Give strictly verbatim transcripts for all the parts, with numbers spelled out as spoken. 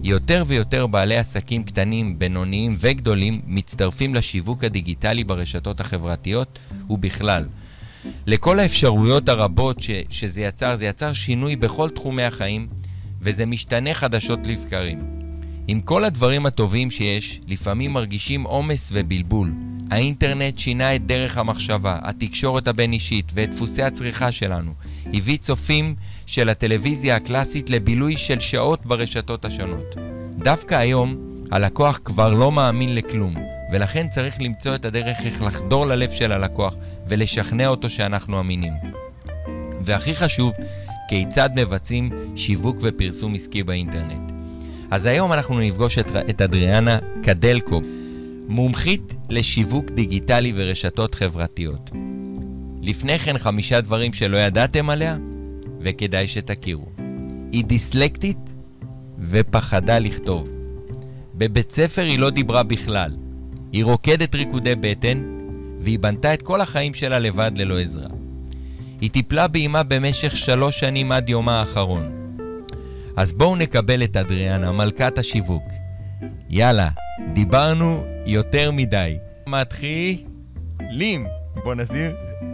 יותר ויותר בעלי עסקים קטנים, בינוניים וגדולים מצטרפים לשיווק הדיגיטלי ברשתות החברתיות ובכלל. לכל האפשרויות הרבות ש- שזה יצר, זה יצר שינוי בכל תחומי החיים, וזה משתנה חדשות לבקרים. עם כל הדברים הטובים שיש, לפעמים מרגישים עומס ובלבול. האינטרנט שינה את דרך המחשבה, התקשורת הבין-אישית ואת דפוסי הצריכה שלנו. הביא צופים של הטלוויזיה הקלאסית לבילוי של שעות ברשתות השונות. דווקא היום, הלקוח כבר לא מאמין לכלום, ולכן צריך למצוא את הדרך איך לחדור ללב של הלקוח ולשכנע אותו שאנחנו אמינים. והכי חשוב, כיצד מבצעים שיווק ופרסום עסקי באינטרנט. אז היום אנחנו נפגוש את, את אדריאנה קדלקו, מומחית לשיווק דיגיטלי ורשתות חברתיות. לפני כן חמישה דברים שלא ידעתם עליה, וכדאי שתכירו. היא דיסלקטית ופחדה לכתוב. בבית ספר היא לא דיברה בכלל. היא רוקדת ריקודי בטן, והיא בנתה את כל החיים שלה לבד ללא עזרה. היא טיפלה באימה במשך שלוש שנים עד יומה האחרון. אז בואו נקבל את אדריאנה, מלכת השיווק. יאללה, דיברנו יותר מדי. מתחילים. בוא נסיר.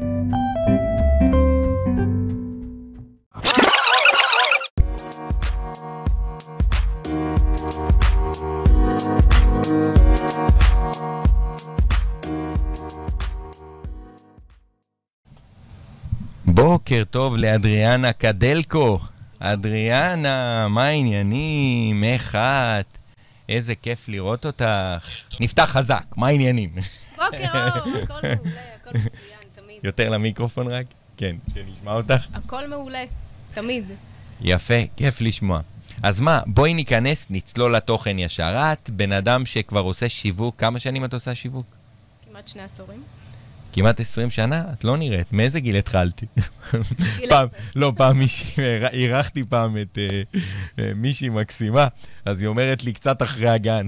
בוקר טוב לאדריאנה קדלקו. אדריאנה, מה העניינים? איך את? איזה כיף לראות אותך. נפתח חזק, מה העניינים? בוקר אור, הכל מעולה, הכל מצוין, תמיד. יותר למיקרופון רק? כן, שנשמע אותך. הכל מעולה, תמיד. יפה, כיף לשמוע. אז מה, בואי ניכנס, נצלול לתוכן ישר. את בן אדם שכבר עושה שיווק, כמה שנים את עושה שיווק? כמעט שני עשורים. כמעט עשרים שנה? את לא נראית. מאיזה גיל התחלתי? פעם, לא, פעם מישהי, אירחתי פעם את uh, uh, מישהי מקסימה, אז היא אומרת לי קצת אחרי הגן.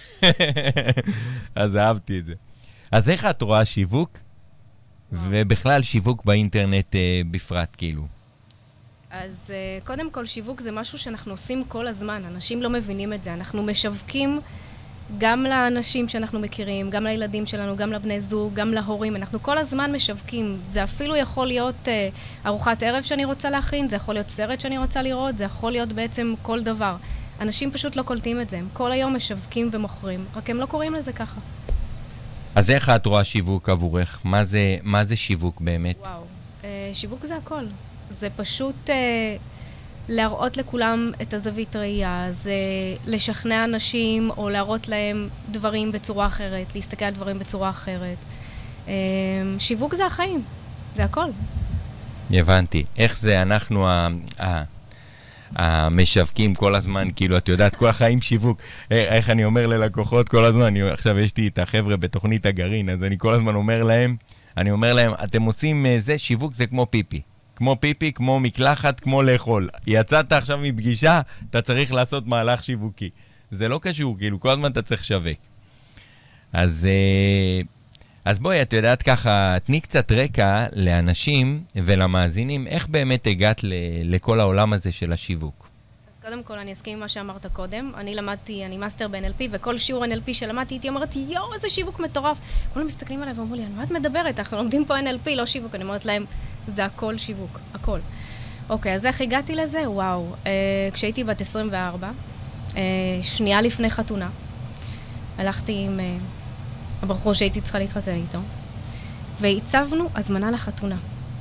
אז אהבתי את זה. אז איך את רואה שיווק? ובכלל שיווק באינטרנט uh, בפרט, כאילו. אז uh, קודם כל שיווק זה משהו שאנחנו עושים כל הזמן, אנשים לא מבינים את זה, אנחנו משווקים גם לאנשים שאנחנו מכירים, גם לילדים שלנו, גם לבני זוג, גם להורים. אנחנו כל הזמן משווקים. זה אפילו יכול להיות אה, ארוחת ערב שאני רוצה להכין, זה יכול להיות סרט שאני רוצה לראות, זה יכול להיות בעצם כל דבר. אנשים פשוט לא קולטים את זה. הם כל היום משווקים ומוכרים, רק הם לא קוראים לזה ככה. אז איך את רואה שיווק עבורך? מה זה, מה זה שיווק באמת? וואו, אה, שיווק זה הכל. זה פשוט אה, להראות לכולם את הזווית ראייה, זה לשכנע אנשים או להראות להם דברים בצורה אחרת, להסתכל על דברים בצורה אחרת. שיווק זה החיים, זה הכל. הבנתי. איך זה אנחנו ה... ה... המשווקים כל הזמן, כאילו, את יודעת, כל החיים שיווק. איך אני אומר ללקוחות כל הזמן, אני, עכשיו יש לי את החבר'ה בתוכנית הגרעין, אז אני כל הזמן אומר להם, אני אומר להם, אתם עושים זה, שיווק זה כמו פיפי. כמו פיפי, כמו מקלחת, כמו לאכול. יצאת עכשיו מפגישה, אתה צריך לעשות מהלך שיווקי. זה לא קשור, כאילו, כל הזמן אתה צריך שווק. אז, אז בואי, את יודעת ככה, תני קצת רקע לאנשים ולמאזינים, איך באמת הגעת ל- לכל העולם הזה של השיווק? אז קודם כל, אני אסכים עם מה שאמרת קודם. אני למדתי, אני מאסטר ב-אן אל פי, וכל שיעור אן אל פי שלמדתי, הייתי אומרת, יואו, איזה שיווק מטורף. כולם מסתכלים עליי ואומרו לי, על מה את מדברת? אנחנו לומדים פה אן אל פי, לא שיווק. אני אומרת להם, זה הכל שיווק, הכל. אוקיי, אז איך הגעתי לזה? וואו. אה, כשהייתי בת עשרים וארבע, אה, שנייה לפני חתונה, הלכתי עם אה, הבחור שהייתי צריכה להתחתן איתו, והצבנו הזמנה לחתונה.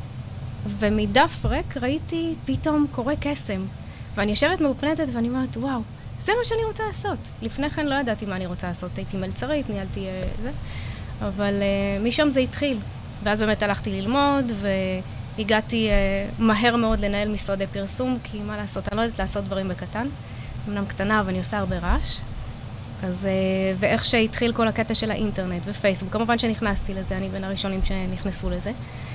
ומדף ריק ראיתי פתאום קורא קסם. ואני יושבת מאופנתת ואני אומרת, וואו, זה מה שאני רוצה לעשות. לפני כן לא ידעתי מה אני רוצה לעשות. הייתי מלצרית, ניהלתי אה, זה. אבל אה, משם זה התחיל. ואז באמת הלכתי ללמוד, והגעתי אה, מהר מאוד לנהל משרדי פרסום, כי מה לעשות? אני לא יודעת לעשות דברים בקטן. אמנם קטנה, אבל אני עושה הרבה רעש. אז, אה, ואיך שהתחיל כל הקטע של האינטרנט ופייסבוק, כמובן שנכנסתי לזה, אני בין הראשונים שנכנסו לזה.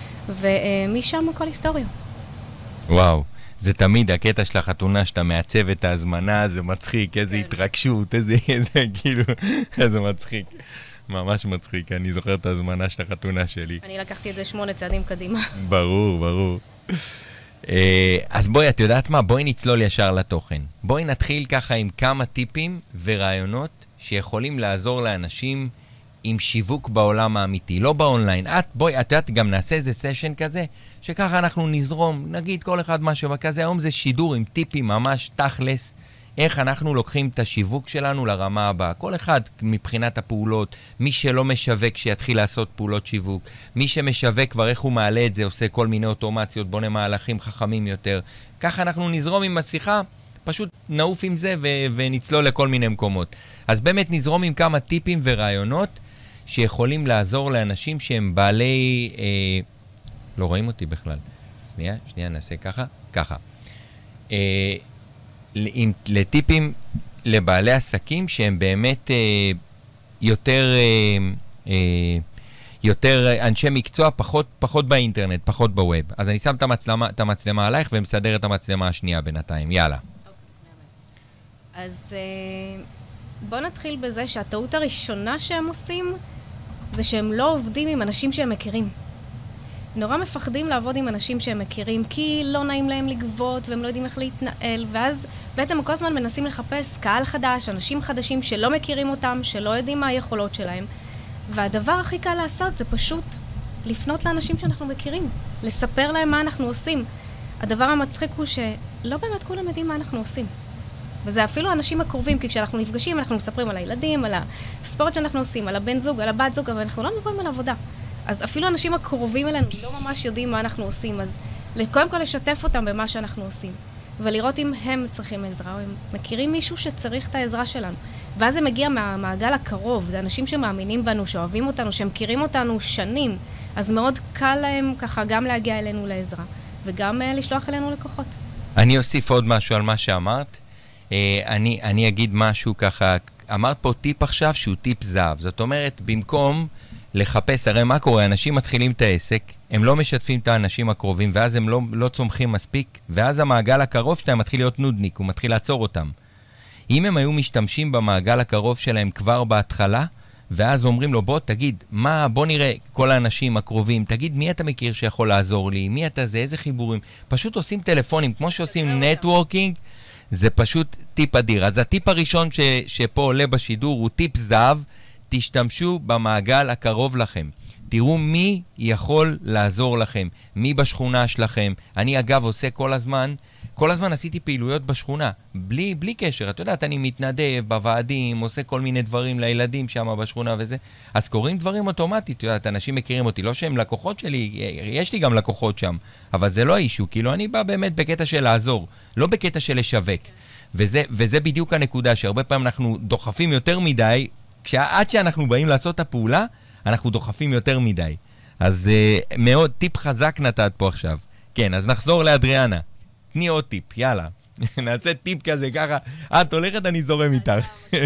ומשם הכל היסטוריה. וואו. זה תמיד הקטע של החתונה, שאתה מעצב את ההזמנה, זה מצחיק, איזה כן. התרגשות, איזה, איזה, כאילו, איזה מצחיק. ממש מצחיק, אני זוכר את ההזמנה של החתונה שלי. אני לקחתי את זה שמונה צעדים קדימה. ברור, ברור. אז בואי, את יודעת מה? בואי נצלול ישר לתוכן. בואי נתחיל ככה עם כמה טיפים ורעיונות שיכולים לעזור לאנשים עם שיווק בעולם האמיתי, לא באונליין. את, בואי, את יודעת, גם נעשה איזה סשן כזה, שככה אנחנו נזרום, נגיד כל אחד משהו כזה. היום זה שידור עם טיפים ממש תכלס, איך אנחנו לוקחים את השיווק שלנו לרמה הבאה. כל אחד מבחינת הפעולות, מי שלא משווק שיתחיל לעשות פעולות שיווק, מי שמשווק כבר איך הוא מעלה את זה, עושה כל מיני אוטומציות, בונה מהלכים חכמים יותר. ככה אנחנו נזרום עם השיחה, פשוט נעוף עם זה ו- ונצלול לכל מיני מקומות. אז באמת נזרום עם כמה טיפים ורעיונות שיכולים לעזור לאנשים שהם בעלי... אה, לא רואים אותי בכלל. שנייה, שנייה, נעשה ככה, ככה. אה, לטיפים לבעלי עסקים שהם באמת אה, יותר, אה, אה, יותר אנשי מקצוע, פחות, פחות באינטרנט, פחות בווב. אז אני שם את המצלמה, את המצלמה עלייך ומסדר את המצלמה השנייה בינתיים. יאללה. אוקיי, אז אה, בוא נתחיל בזה שהטעות הראשונה שהם עושים זה שהם לא עובדים עם אנשים שהם מכירים. נורא מפחדים לעבוד עם אנשים שהם מכירים, כי לא נעים להם לגבות, והם לא יודעים איך להתנהל, ואז בעצם כל הזמן מנסים לחפש קהל חדש, אנשים חדשים שלא מכירים אותם, שלא יודעים מה היכולות שלהם. והדבר הכי קל לעשות זה פשוט לפנות לאנשים שאנחנו מכירים, לספר להם מה אנחנו עושים. הדבר המצחיק הוא שלא באמת כולם יודעים מה אנחנו עושים. וזה אפילו האנשים הקרובים, כי כשאנחנו נפגשים, אנחנו מספרים על הילדים, על הספורט שאנחנו עושים, על הבן זוג, על הבת זוג, אבל אנחנו לא מדברים על עבודה. אז אפילו אנשים הקרובים אלינו לא ממש יודעים מה אנחנו עושים, אז קודם כל לשתף אותם במה שאנחנו עושים, ולראות אם הם צריכים עזרה, או הם מכירים מישהו שצריך את העזרה שלנו. ואז זה מגיע מהמעגל הקרוב, זה אנשים שמאמינים בנו, שאוהבים אותנו, שמכירים אותנו שנים, אז מאוד קל להם ככה גם להגיע אלינו לעזרה, וגם uh, לשלוח אלינו לקוחות. אני אוסיף עוד משהו על מה שאמרת. Uh, אני, אני אגיד משהו ככה, אמרת פה טיפ עכשיו שהוא טיפ זהב, זאת אומרת, במקום לחפש, הרי מה קורה? אנשים מתחילים את העסק, הם לא משתפים את האנשים הקרובים, ואז הם לא, לא צומחים מספיק, ואז המעגל הקרוב שלהם מתחיל להיות נודניק, הוא מתחיל לעצור אותם. אם הם היו משתמשים במעגל הקרוב שלהם כבר בהתחלה, ואז אומרים לו, בוא תגיד, מה, בוא נראה כל האנשים הקרובים, תגיד מי אתה מכיר שיכול לעזור לי, מי אתה זה, איזה חיבורים, פשוט עושים טלפונים, כמו שעושים נטוורקינג, זה פשוט טיפ אדיר. אז הטיפ הראשון ש, שפה עולה בשידור הוא טיפ זהב, תשתמשו במעגל הקרוב לכם. תראו מי יכול לעזור לכם, מי בשכונה שלכם. אני אגב עושה כל הזמן, כל הזמן עשיתי פעילויות בשכונה, בלי, בלי קשר. את יודעת, אני מתנדב בוועדים, עושה כל מיני דברים לילדים שם בשכונה וזה. אז קוראים דברים אוטומטית, את יודעת, אנשים מכירים אותי, לא שהם לקוחות שלי, יש לי גם לקוחות שם, אבל זה לא אישו, כאילו אני בא באמת בקטע של לעזור, לא בקטע של לשווק. וזה, וזה בדיוק הנקודה, שהרבה פעמים אנחנו דוחפים יותר מדי, כשעד שאנחנו באים לעשות את הפעולה, אנחנו דוחפים יותר מדי. אז uh, מאוד, טיפ חזק נתת פה עכשיו. כן, אז נחזור לאדריאנה. תני עוד טיפ, יאללה. נעשה טיפ כזה, ככה. את הולכת, אני זורם איתך.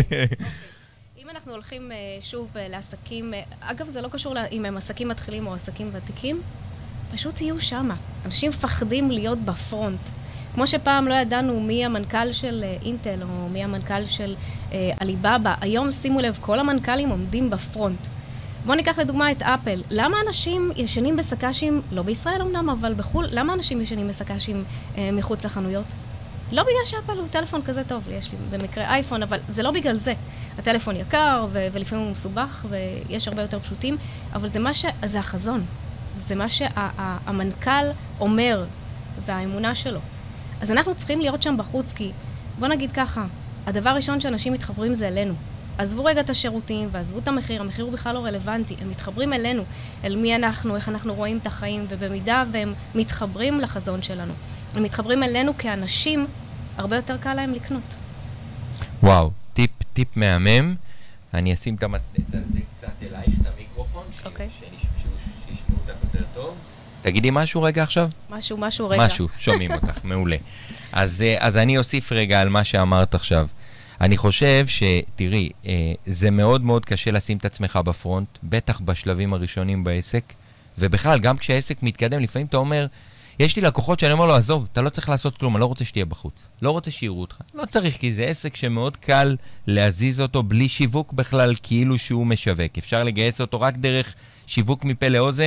אם אנחנו הולכים uh, שוב uh, לעסקים, uh, אגב, זה לא קשור לה, אם הם עסקים מתחילים או עסקים ותיקים, פשוט תהיו שמה. אנשים מפחדים להיות בפרונט. כמו שפעם לא ידענו מי המנכ"ל של אינטל או מי המנכ"ל של אליבאבא, היום שימו לב, כל המנכ"לים עומדים בפרונט. בואו ניקח לדוגמה את אפל. למה אנשים ישנים בסקאשים, לא בישראל אמנם, אבל בחול, למה אנשים ישנים בסקאשים אה, מחוץ לחנויות? לא בגלל שאפל הוא טלפון כזה טוב, יש לי במקרה אייפון, אבל זה לא בגלל זה. הטלפון יקר ו- ולפעמים הוא מסובך ויש הרבה יותר פשוטים, אבל זה מה ש... זה החזון. זה מה שהמנכ"ל אומר והאמונה שלו. אז אנחנו צריכים להיות שם בחוץ, כי בוא נגיד ככה, הדבר הראשון שאנשים מתחברים זה אלינו. עזבו רגע את השירותים ועזבו את המחיר, המחיר הוא בכלל לא רלוונטי. הם מתחברים אלינו, אל מי אנחנו, איך אנחנו רואים את החיים, ובמידה והם מתחברים לחזון שלנו. הם מתחברים אלינו כאנשים, הרבה יותר קל להם לקנות. וואו, טיפ, טיפ מהמם. אני אשים את זה קצת אלייך, את המיקרופון, אוקיי. שישמעו אותך יותר טוב. תגידי משהו רגע עכשיו? משהו, משהו רגע. משהו, שומעים אותך, מעולה. אז, אז אני אוסיף רגע על מה שאמרת עכשיו. אני חושב שתראי, זה מאוד מאוד קשה לשים את עצמך בפרונט, בטח בשלבים הראשונים בעסק, ובכלל, גם כשהעסק מתקדם, לפעמים אתה אומר, יש לי לקוחות שאני אומר לו, עזוב, אתה לא צריך לעשות כלום, אני לא רוצה שתהיה בחוץ. לא רוצה שיראו אותך. לא צריך, כי זה עסק שמאוד קל להזיז אותו בלי שיווק בכלל, כאילו שהוא משווק. אפשר לגייס אותו רק דרך שיווק מפה לאוזן,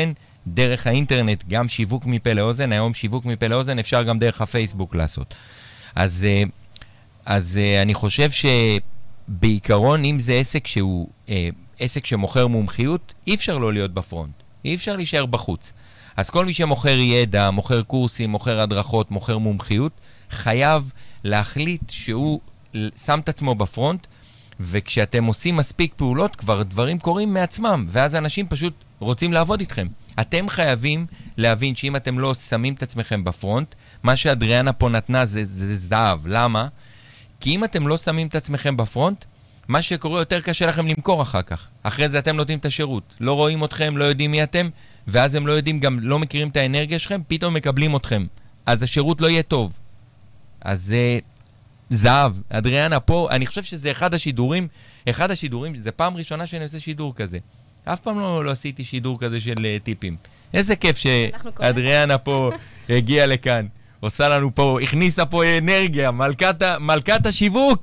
דרך האינטרנט, גם שיווק מפה לאוזן, היום שיווק מפה לאוזן אפשר גם דרך הפייסבוק לעשות. אז, אז אני חושב שבעיקרון, אם זה עסק שהוא עסק שמוכר מומחיות, אי אפשר לא להיות בפרונט, אי אפשר להישאר בחוץ. אז כל מי שמוכר ידע, מוכר קורסים, מוכר הדרכות, מוכר מומחיות, חייב להחליט שהוא שם את עצמו בפרונט, וכשאתם עושים מספיק פעולות, כבר דברים קורים מעצמם, ואז אנשים פשוט רוצים לעבוד איתכם. אתם חייבים להבין שאם אתם לא שמים את עצמכם בפרונט, מה שאדריאנה פה נתנה זה, זה זהב. למה? כי אם אתם לא שמים את עצמכם בפרונט, מה שקורה יותר קשה לכם למכור אחר כך. אחרי זה אתם נותנים את השירות. לא רואים אתכם, לא יודעים מי אתם, ואז הם לא יודעים, גם לא מכירים את האנרגיה שלכם, פתאום מקבלים אתכם. אז השירות לא יהיה טוב. אז זה זהב. אדריאנה פה, אני חושב שזה אחד השידורים, אחד השידורים, זה פעם ראשונה שאני עושה שידור כזה. אף פעם לא, לא עשיתי שידור כזה של uh, טיפים. איזה כיף שאדריאנה פה הגיעה לכאן. עושה לנו פה, הכניסה פה אנרגיה, מלכת, מלכת השיווק.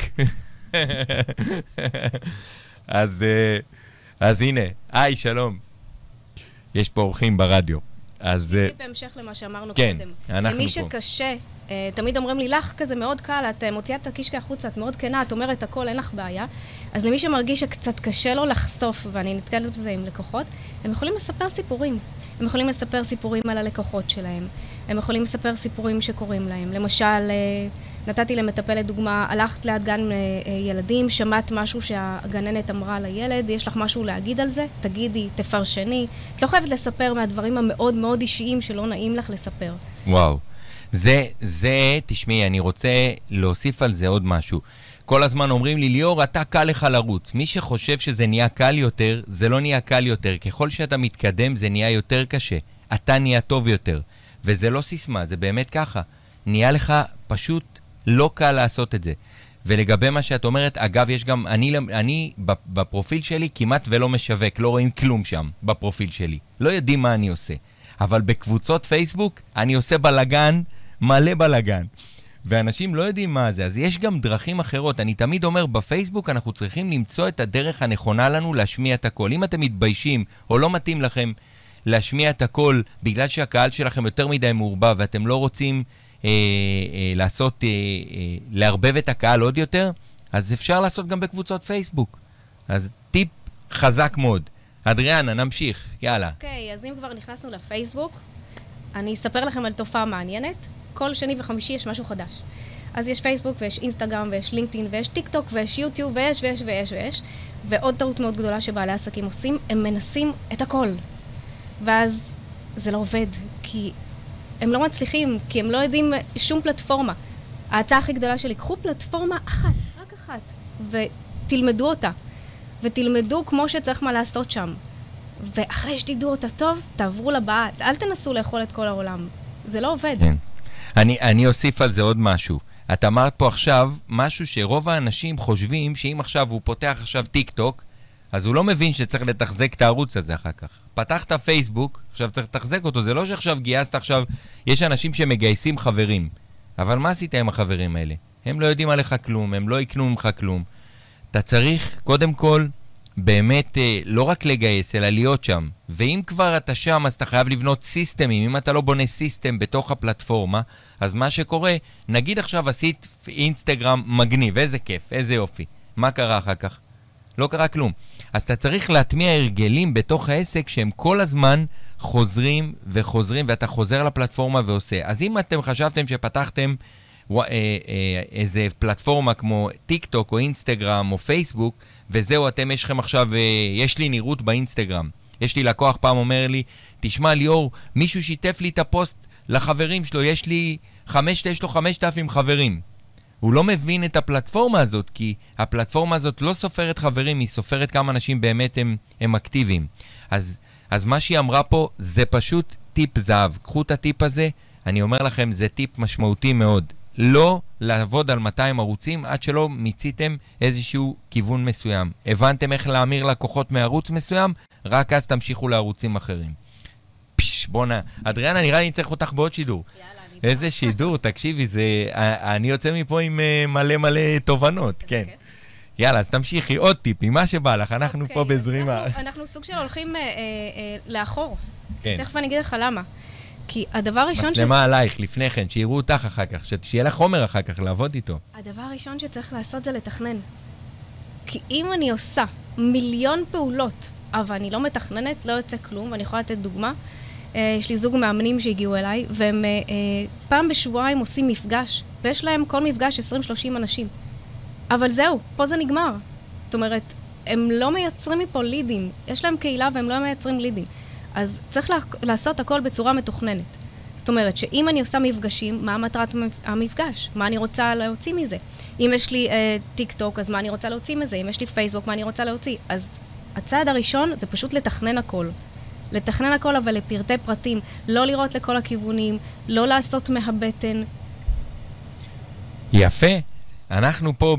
אז, אז הנה, היי, שלום. יש פה אורחים ברדיו. אז... טיפ בהמשך למה שאמרנו כן, קודם. אנחנו פה. למי שקשה, תמיד אומרים לי, לך כזה מאוד קל, את מוציאה את הקישקע החוצה, את מאוד כנה, את אומרת הכל, אין לך בעיה. אז למי שמרגיש שקצת קשה לו לחשוף, ואני נתקלת בזה עם לקוחות, הם יכולים לספר סיפורים. הם יכולים לספר סיפורים על הלקוחות שלהם. הם יכולים לספר סיפורים שקורים להם. למשל, נתתי למטפלת דוגמה, הלכת ליד גן ילדים, שמעת משהו שהגננת אמרה לילד, יש לך משהו להגיד על זה? תגידי, תפרשני. את לא חייבת לספר מהדברים המאוד מאוד אישיים שלא נעים לך לספר. וואו. זה, זה, תשמעי, אני רוצה להוסיף על זה עוד משהו. כל הזמן אומרים לי, ליאור, אתה קל לך לרוץ. מי שחושב שזה נהיה קל יותר, זה לא נהיה קל יותר. ככל שאתה מתקדם, זה נהיה יותר קשה. אתה נהיה טוב יותר. וזה לא סיסמה, זה באמת ככה. נהיה לך פשוט לא קל לעשות את זה. ולגבי מה שאת אומרת, אגב, יש גם, אני, אני בפרופיל שלי כמעט ולא משווק, לא רואים כלום שם בפרופיל שלי. לא יודעים מה אני עושה. אבל בקבוצות פייסבוק אני עושה בלגן, מלא בלגן. ואנשים לא יודעים מה זה. אז יש גם דרכים אחרות. אני תמיד אומר, בפייסבוק אנחנו צריכים למצוא את הדרך הנכונה לנו להשמיע את הכל. אם אתם מתביישים או לא מתאים לכם להשמיע את הכל בגלל שהקהל שלכם יותר מדי מעורבב ואתם לא רוצים אה, אה, לעשות, אה, אה, להרבב את הקהל עוד יותר, אז אפשר לעשות גם בקבוצות פייסבוק. אז טיפ חזק מאוד. אדריאנה, נמשיך, יאללה. אוקיי, okay, אז אם כבר נכנסנו לפייסבוק, אני אספר לכם על תופעה מעניינת. כל שני וחמישי יש משהו חדש. אז יש פייסבוק ויש אינסטגרם ויש לינקדאין ויש טיק טוק ויש יוטיוב ויש ויש ויש ויש. ועוד טעות מאוד גדולה שבעלי עסקים עושים, הם מנסים את הכל. ואז זה לא עובד, כי הם לא מצליחים, כי הם לא יודעים שום פלטפורמה. ההצעה הכי גדולה שלי, קחו פלטפורמה אחת, רק אחת, ותלמדו אותה. ותלמדו כמו שצריך מה לעשות שם. ואחרי שתדעו אותה טוב, תעברו לבאה. אל תנסו לאכול את כל העולם. זה לא עובד. כן. אני, אני אוסיף על זה עוד משהו. את אמרת פה עכשיו משהו שרוב האנשים חושבים שאם עכשיו הוא פותח עכשיו טיק טוק, אז הוא לא מבין שצריך לתחזק את הערוץ הזה אחר כך. פתחת פייסבוק, עכשיו צריך לתחזק אותו. זה לא שעכשיו גייסת עכשיו, יש אנשים שמגייסים חברים. אבל מה עשית עם החברים האלה? הם לא יודעים עליך כלום, הם לא יקנו ממך כלום. אתה צריך קודם כל באמת לא רק לגייס, אלא להיות שם. ואם כבר אתה שם, אז אתה חייב לבנות סיסטמים. אם אתה לא בונה סיסטם בתוך הפלטפורמה, אז מה שקורה, נגיד עכשיו עשית אינסטגרם מגניב, איזה כיף, איזה יופי. מה קרה אחר כך? לא קרה כלום. אז אתה צריך להטמיע הרגלים בתוך העסק שהם כל הזמן חוזרים וחוזרים, ואתה חוזר לפלטפורמה ועושה. אז אם אתם חשבתם שפתחתם איזה פלטפורמה כמו טיק טוק או אינסטגרם או פייסבוק, וזהו, אתם יש לכם עכשיו, יש לי נראות באינסטגרם. יש לי לקוח פעם אומר לי, תשמע ליאור, מישהו שיתף לי את הפוסט לחברים שלו, יש לי חמש, יש לו חמשת אלפים חברים. הוא לא מבין את הפלטפורמה הזאת, כי הפלטפורמה הזאת לא סופרת חברים, היא סופרת כמה אנשים באמת הם, הם אקטיביים. אז, אז מה שהיא אמרה פה, זה פשוט טיפ זהב. קחו את הטיפ הזה, אני אומר לכם, זה טיפ משמעותי מאוד. לא לעבוד על מאתיים ערוצים עד שלא מיציתם איזשהו כיוון מסוים. הבנתם איך להמיר לקוחות מערוץ מסוים? רק אז תמשיכו לערוצים אחרים. פש, בוא נע. אדריאנה, נראה לי אני צריך אותך בעוד שידור. יאללה, אני איזה שידור, תקשיבי, זה... אני יוצא מפה עם מלא מלא תובנות, כן. יאללה, אז תמשיכי, עוד טיפים, מה שבא לך, אנחנו פה בזרימה. אנחנו סוג של הולכים לאחור. כן. תכף אני אגיד לך למה. כי הדבר הראשון... מצלמה ש... עלייך, לפני כן, שיראו אותך אחר כך, שיהיה לך חומר אחר כך לעבוד איתו. הדבר הראשון שצריך לעשות זה לתכנן. כי אם אני עושה מיליון פעולות, אבל אני לא מתכננת, לא יוצא כלום, ואני יכולה לתת דוגמה. יש לי זוג מאמנים שהגיעו אליי, והם פעם בשבועיים עושים מפגש, ויש להם כל מפגש עשרים שלושים אנשים. אבל זהו, פה זה נגמר. זאת אומרת, הם לא מייצרים מפה לידים. יש להם קהילה והם לא מייצרים לידים. אז צריך לעשות הכל בצורה מתוכננת. זאת אומרת, שאם אני עושה מפגשים, מה מטרת המפגש? מה אני רוצה להוציא מזה? אם יש לי אה, טיק טוק, אז מה אני רוצה להוציא מזה? אם יש לי פייסבוק, מה אני רוצה להוציא? אז הצעד הראשון זה פשוט לתכנן הכל. לתכנן הכל, אבל לפרטי פרטים. לא לראות לכל הכיוונים, לא לעשות מהבטן. יפה. אנחנו פה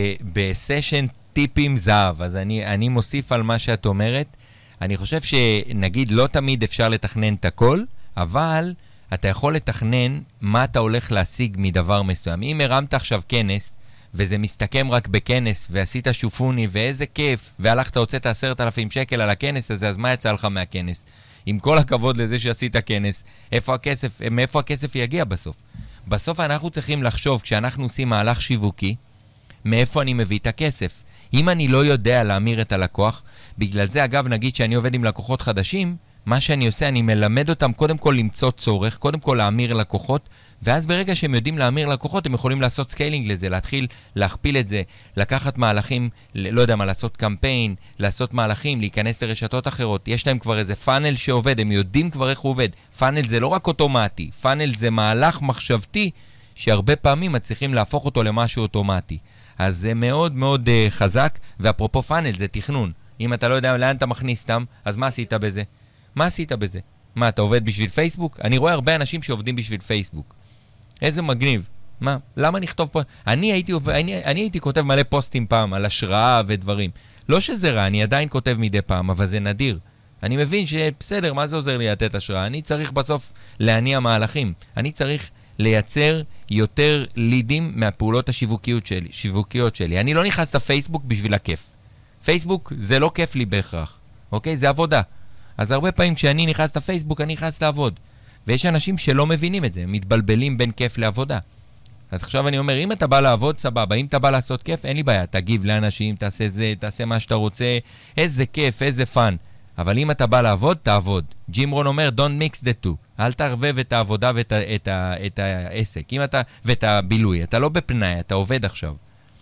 בסשן טיפים זהב, אז אני, אני מוסיף על מה שאת אומרת. אני חושב שנגיד לא תמיד אפשר לתכנן את הכל, אבל אתה יכול לתכנן מה אתה הולך להשיג מדבר מסוים. אם הרמת עכשיו כנס, וזה מסתכם רק בכנס, ועשית שופוני, ואיזה כיף, והלכת הוצאת עשרת אלפים שקל על הכנס הזה, אז מה יצא לך מהכנס? עם כל הכבוד לזה שעשית כנס, איפה הכסף, מאיפה הכסף יגיע בסוף? בסוף אנחנו צריכים לחשוב, כשאנחנו עושים מהלך שיווקי, מאיפה אני מביא את הכסף. אם אני לא יודע להמיר את הלקוח, בגלל זה אגב נגיד שאני עובד עם לקוחות חדשים, מה שאני עושה, אני מלמד אותם קודם כל למצוא צורך, קודם כל להמיר לקוחות, ואז ברגע שהם יודעים להמיר לקוחות, הם יכולים לעשות סקיילינג לזה, להתחיל להכפיל את זה, לקחת מהלכים, לא יודע מה, לעשות קמפיין, לעשות מהלכים, להיכנס לרשתות אחרות. יש להם כבר איזה פאנל שעובד, הם יודעים כבר איך הוא עובד. פאנל זה לא רק אוטומטי, פאנל זה מהלך מחשבתי, שהרבה פעמים מצליחים להפוך אותו למשהו אוטומטי. אז זה מאוד מאוד uh, חזק, ואפרופו פאנל זה תכנון. אם אתה לא יודע לאן אתה מכניס סתם, אז מה עשית בזה? מה עשית בזה? מה, אתה עובד בשביל פייסבוק? אני רואה הרבה אנשים שעובדים בשביל פייסבוק. איזה מגניב. מה? למה נכתוב פה? אני הייתי, אני, אני הייתי כותב מלא פוסטים פעם על השראה ודברים. לא שזה רע, אני עדיין כותב מדי פעם, אבל זה נדיר. אני מבין שבסדר, מה זה עוזר לי לתת השראה? אני צריך בסוף להניע מהלכים. אני צריך לייצר יותר לידים מהפעולות השיווקיות שלי, שיווקיות שלי. אני לא נכנס לפייסבוק בשביל הכיף. פייסבוק זה לא כיף לי בהכרח. אוקיי? זה עבודה. אז הרבה פעמים כשאני נכנס לפייסבוק, אני נכנס לעבוד. ויש אנשים שלא מבינים את זה, מתבלבלים בין כיף לעבודה. אז עכשיו אני אומר, אם אתה בא לעבוד, סבבה. אם אתה בא לעשות כיף, אין לי בעיה. תגיב לאנשים, תעשה זה, תעשה מה שאתה רוצה. איזה כיף, איזה פן. אבל אם אתה בא לעבוד, תעבוד. ג'ים רון אומר, don't mix the two. אל תערבב את העבודה ואת ה, את ה, את העסק. אם אתה, ואת הבילוי. אתה לא בפנאי, אתה עובד עכשיו.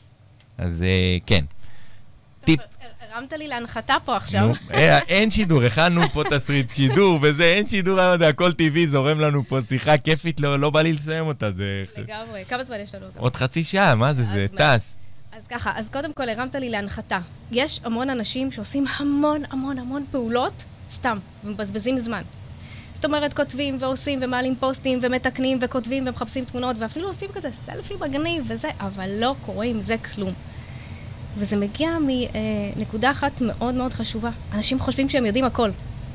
אז כן. טיפ. הרמת לי להנחתה פה עכשיו. נו, אין שידור, הכנו פה תסריט שידור, וזה אין שידור, הכל טבעי, זורם לנו פה שיחה כיפית, לא, לא בא לי לסיים אותה. זה... לגמרי, כמה זמן יש לנו? עוד חצי שעה, מה זה, זה טס. אז ככה, אז קודם כל הרמת לי להנחתה. יש המון אנשים שעושים המון המון המון פעולות, סתם, ומבזבזים זמן. זאת אומרת, כותבים ועושים ומעלים פוסטים ומתקנים וכותבים ומחפשים תמונות, ואפילו עושים כזה סלפי מגניב וזה, אבל לא קורה עם זה כלום. וזה מגיע מנקודה אחת מאוד מאוד חשובה. אנשים חושבים שהם יודעים הכל.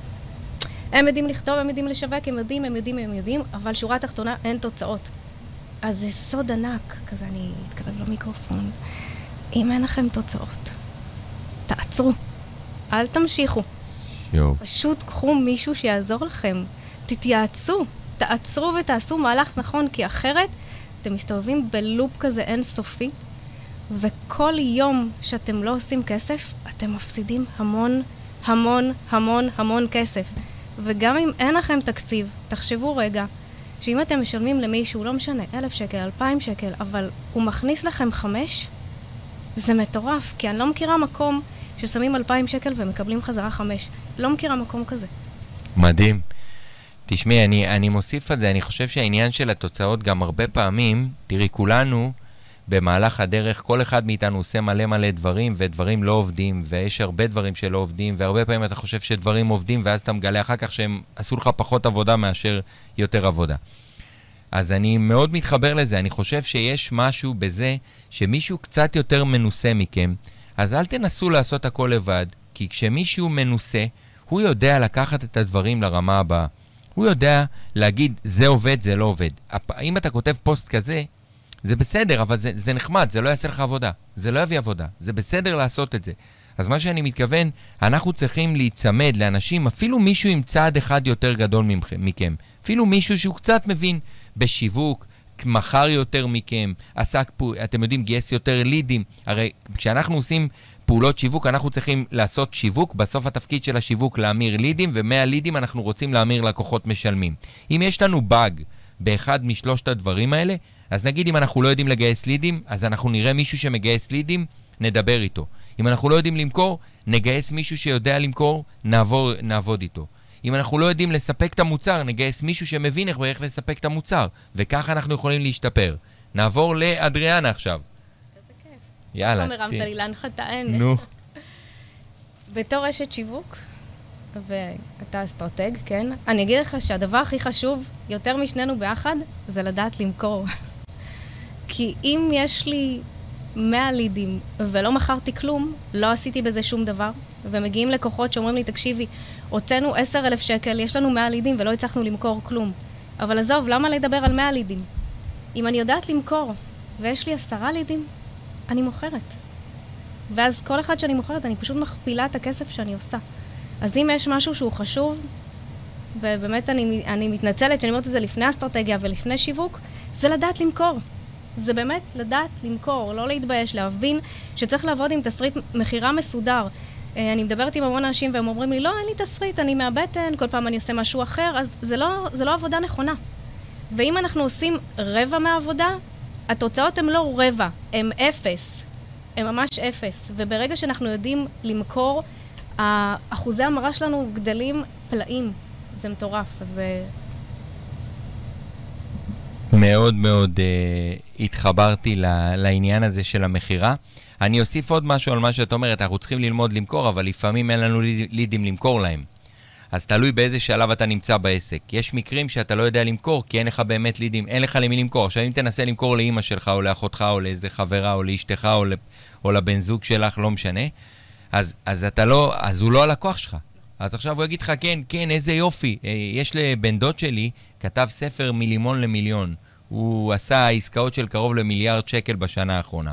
הם יודעים לכתוב, הם יודעים לשווק, הם יודעים, הם יודעים, הם יודעים, אבל שורה תחתונה אין תוצאות. אז זה סוד ענק, כזה אני אתקרב למיקרופון. אם אין לכם תוצאות, תעצרו. אל תמשיכו. יו. פשוט קחו מישהו שיעזור לכם. תתייעצו, תעצרו ותעשו מהלך נכון, כי אחרת אתם מסתובבים בלופ כזה אינסופי, וכל יום שאתם לא עושים כסף, אתם מפסידים המון, המון, המון, המון כסף. וגם אם אין לכם תקציב, תחשבו רגע, שאם אתם משלמים למישהו, לא משנה, אלף שקל, אלפיים שקל, אבל הוא מכניס לכם חמש, זה מטורף, כי אני לא מכירה מקום ששמים אלפיים שקל ומקבלים חזרה חמש. לא מכירה מקום כזה. מדהים. תשמעי, אני, אני מוסיף על זה, אני חושב שהעניין של התוצאות גם הרבה פעמים, תראי, כולנו, במהלך הדרך, כל אחד מאיתנו עושה מלא מלא דברים, ודברים לא עובדים, ויש הרבה דברים שלא עובדים, והרבה פעמים אתה חושב שדברים עובדים, ואז אתה מגלה אחר כך שהם עשו לך פחות עבודה מאשר יותר עבודה. אז אני מאוד מתחבר לזה, אני חושב שיש משהו בזה, שמישהו קצת יותר מנוסה מכם, אז אל תנסו לעשות הכל לבד, כי כשמישהו מנוסה, הוא יודע לקחת את הדברים לרמה הבאה. הוא יודע להגיד, זה עובד, זה לא עובד. אם אתה כותב פוסט כזה, זה בסדר, אבל זה, זה נחמד, זה לא יעשה לך עבודה. זה לא יביא עבודה. זה בסדר לעשות את זה. אז מה שאני מתכוון, אנחנו צריכים להיצמד לאנשים, אפילו מישהו עם צעד אחד יותר גדול מכם, אפילו מישהו שהוא קצת מבין בשיווק, מחר יותר מכם, עסק פה, אתם יודעים, גייס יותר לידים. הרי כשאנחנו עושים פעולות שיווק, אנחנו צריכים לעשות שיווק, בסוף התפקיד של השיווק להמיר לידים, ומאה לידים אנחנו רוצים להמיר לקוחות משלמים. אם יש לנו באג באחד משלושת הדברים האלה, אז נגיד אם אנחנו לא יודעים לגייס לידים, אז אנחנו נראה מישהו שמגייס לידים, נדבר איתו. אם אנחנו לא יודעים למכור, נגייס מישהו שיודע למכור, נעבור, נעבוד איתו. אם אנחנו לא יודעים לספק את המוצר, נגייס מישהו שמבין איך ואיך לספק את המוצר, וככה אנחנו יכולים להשתפר. נעבור לאדריאנה עכשיו. איזה כיף. יאללה. לא מרמת לי להנחתה, אין. נו. בתור אשת שיווק, ואתה אסטרטג, כן? אני אגיד לך שהדבר הכי חשוב, יותר משנינו ביחד, זה לדעת למכור. כי אם יש לי מאה לידים ולא מכרתי כלום, לא עשיתי בזה שום דבר, ומגיעים לקוחות שאומרים לי, תקשיבי, הוצאנו עשרת אלפים שקל, יש לנו מאה לידים ולא הצלחנו למכור כלום. אבל עזוב, למה לדבר על מאה לידים? אם אני יודעת למכור ויש לי עשרה לידים, אני מוכרת. ואז כל אחד שאני מוכרת, אני פשוט מכפילה את הכסף שאני עושה. אז אם יש משהו שהוא חשוב, ובאמת אני, אני מתנצלת שאני אומרת את זה לפני אסטרטגיה ולפני שיווק, זה לדעת למכור. זה באמת לדעת למכור, לא להתבייש, להבין שצריך לעבוד עם תסריט מחירה מסודר. אני מדברת עם המון אנשים והם אומרים לי, לא, אין לי תסריט, אני מהבטן, כל פעם אני עושה משהו אחר, אז זה לא, זה לא עבודה נכונה. ואם אנחנו עושים רבע מהעבודה, התוצאות הן לא רבע, הן אפס. הן ממש אפס. וברגע שאנחנו יודעים למכור, אחוזי המרה שלנו גדלים פלאים. זה מטורף, אז זה... מאוד מאוד uh, התחברתי ל- לעניין הזה של המחירה. אני אוסיף עוד משהו על מה שאת אומרת, אנחנו צריכים ללמוד למכור, אבל לפעמים אין לנו לידים למכור להם. אז תלוי באיזה שלב אתה נמצא בעסק. יש מקרים שאתה לא יודע למכור, כי אין לך באמת לידים, אין לך למי למכור. עכשיו אם תנסה למכור לאמא שלך, או לאחותך, או לאיזה חברה, או לאשתך, או, לפ... או לבן זוג שלך, לא משנה, אז, אז, אתה לא, אז הוא לא הלקוח שלך. אז עכשיו הוא יגיד לך, כן, כן, איזה יופי. יש לבן דוד שלי, כתב ספר מלימון למיליון. הוא עשה עסקאות של קרוב למיליארד שקל בשנה האחרונה.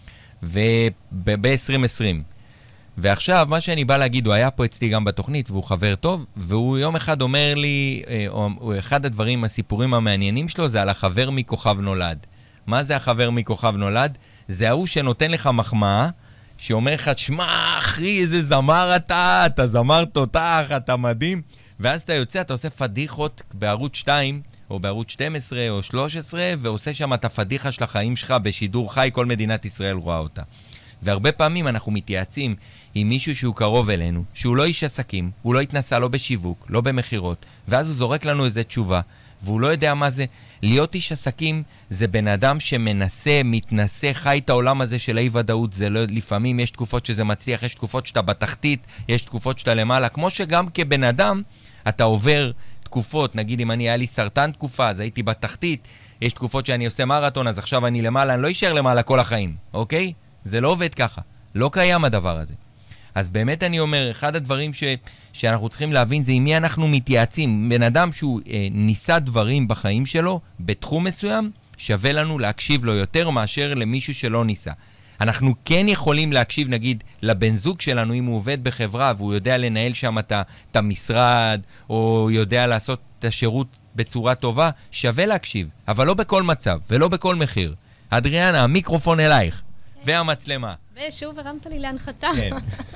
וב-עשרים עשרים. ועכשיו, מה שאני בא להגיד, הוא היה פה אצלי גם בתוכנית, והוא חבר טוב, והוא יום אחד אומר לי, או אחד הדברים, הסיפורים המעניינים שלו, זה על החבר מכוכב נולד. מה זה החבר מכוכב נולד? זה ההוא שנותן לך מחמאה, שאומר לך, שמע, אחי, איזה זמר אתה, אתה זמר תותח, אתה מדהים. ואז אתה יוצא, אתה עושה פדיחות בערוץ שתיים, או בערוץ שתים עשרה או שלוש עשרה, ועושה שם את הפדיחה של החיים שלך בשידור חי, כל מדינת ישראל רואה אותה. והרבה פעמים אנחנו מתייעצים עם מישהו שהוא קרוב אלינו, שהוא לא איש עסקים, הוא לא התנסה לא בשיווק, לא במחירות, ואז הוא זורק לנו איזו תשובה, והוא לא יודע מה זה. להיות איש עסקים זה בן אדם שמנסה, מתנסה, חי את העולם הזה של אי ודאות. זה לא, לפעמים יש תקופות שזה מצליח, יש תקופות שאתה בתחתית, יש תקופות שאתה למעלה. כמו שגם כבן אדם אתה עובר תקופות, נגיד אם אני היה לי סרטן תקופה, אז הייתי בתחתית, יש תקופות שאני עושה מרתון, אז עכשיו אני למעלה, אני לא אשאר למעלה כל החיים, אוקיי? זה לא עובד ככה, לא קיים הדבר הזה. אז באמת אני אומר, אחד הדברים ש, שאנחנו צריכים להבין זה עם מי אנחנו מתייעצים. בן אדם שהוא אה, ניסה דברים בחיים שלו, בתחום מסוים, שווה לנו להקשיב לו יותר מאשר למישהו שלא ניסה. אנחנו כן יכולים להקשיב, נגיד, לבן זוג שלנו, אם הוא עובד בחברה, והוא יודע לנהל שם את, את המשרד, או יודע לעשות את השירות בצורה טובה, שווה להקשיב, אבל לא בכל מצב, ולא בכל מחיר. אדריאנה, המיקרופון אלייך, והמצלמה. ושוב הרמת לי להנחתה. כן.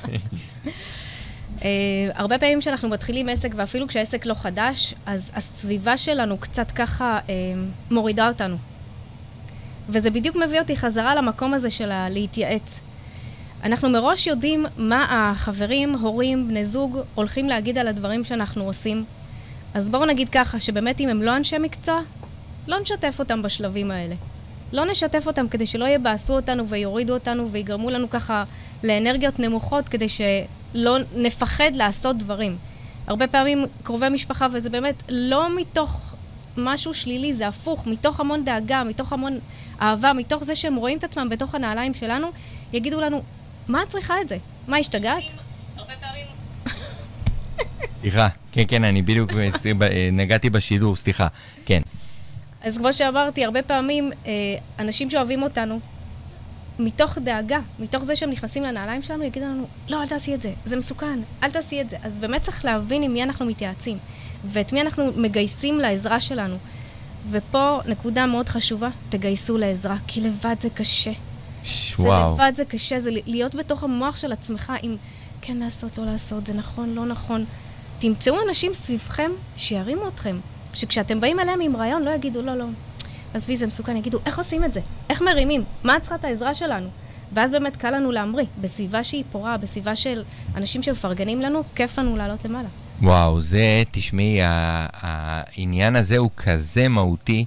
Uh, הרבה פעמים שאנחנו מתחילים עסק, ואפילו כשהעסק לא חדש, אז הסביבה שלנו קצת ככה uh, מורידה אותנו. וזה בדיוק מביא אותי חזרה למקום הזה של להתייעץ. אנחנו מראש יודעים מה החברים, הורים, בני זוג, הולכים להגיד על הדברים שאנחנו עושים. אז בואו נגיד ככה, שבאמת אם הם לא אנשי מקצוע, לא נשתף אותם בשלבים האלה. לא נשתף אותם כדי שלא יבאסו אותנו ויורידו אותנו ויגרמו לנו ככה לאנרגיות נמוכות, כדי שלא נפחד לעשות דברים. הרבה פעמים קרובי משפחה, וזה באמת לא מתוך משהו שלילי, זה הפוך, מתוך המון דאגה, מתוך המון אהבה, מתוך זה שהם רואים את עצמם בתוך הנעליים שלנו, יגידו לנו, מה את צריכה את זה? מה, השתגעת? הרבה פעמים... סליחה, כן, כן, אני בדיוק נגעתי בשידור, סליחה, כן. אז כמו שאמרתי, הרבה פעמים אנשים שאוהבים אותנו, מתוך דאגה, מתוך זה שהם נכנסים לנעליים שלנו, יגידו לנו, לא, אל תעשי את זה, זה מסוכן, אל תעשי את זה. אז באמת צריך להבין עם מי אנחנו מתייעצים, ואת מי אנחנו מגייסים לעזרה שלנו. ופה נקודה מאוד חשובה, תגייסו לעזרה, כי לבד זה קשה. וואו. זה לבד זה קשה, זה להיות בתוך המוח של עצמך, אם כן לעשות, לא לעשות, זה נכון, לא נכון. תמצאו אנשים סביבכם שירימו אתכם, שכשאתם באים אליהם עם רעיון, לא יגידו, לא, לא, עזבי, זה מסוכן, יגידו, איך עושים את זה? איך מרימים? מה צריכה את העזרה שלנו? ואז באמת קל לנו להמריא, בסביבה שהיא פורה, בסביבה של אנשים שמפרגנים לנו, כיף לנו לעלות למעלה. וואו, זה, תשמעי, העניין הזה הוא כזה מהותי,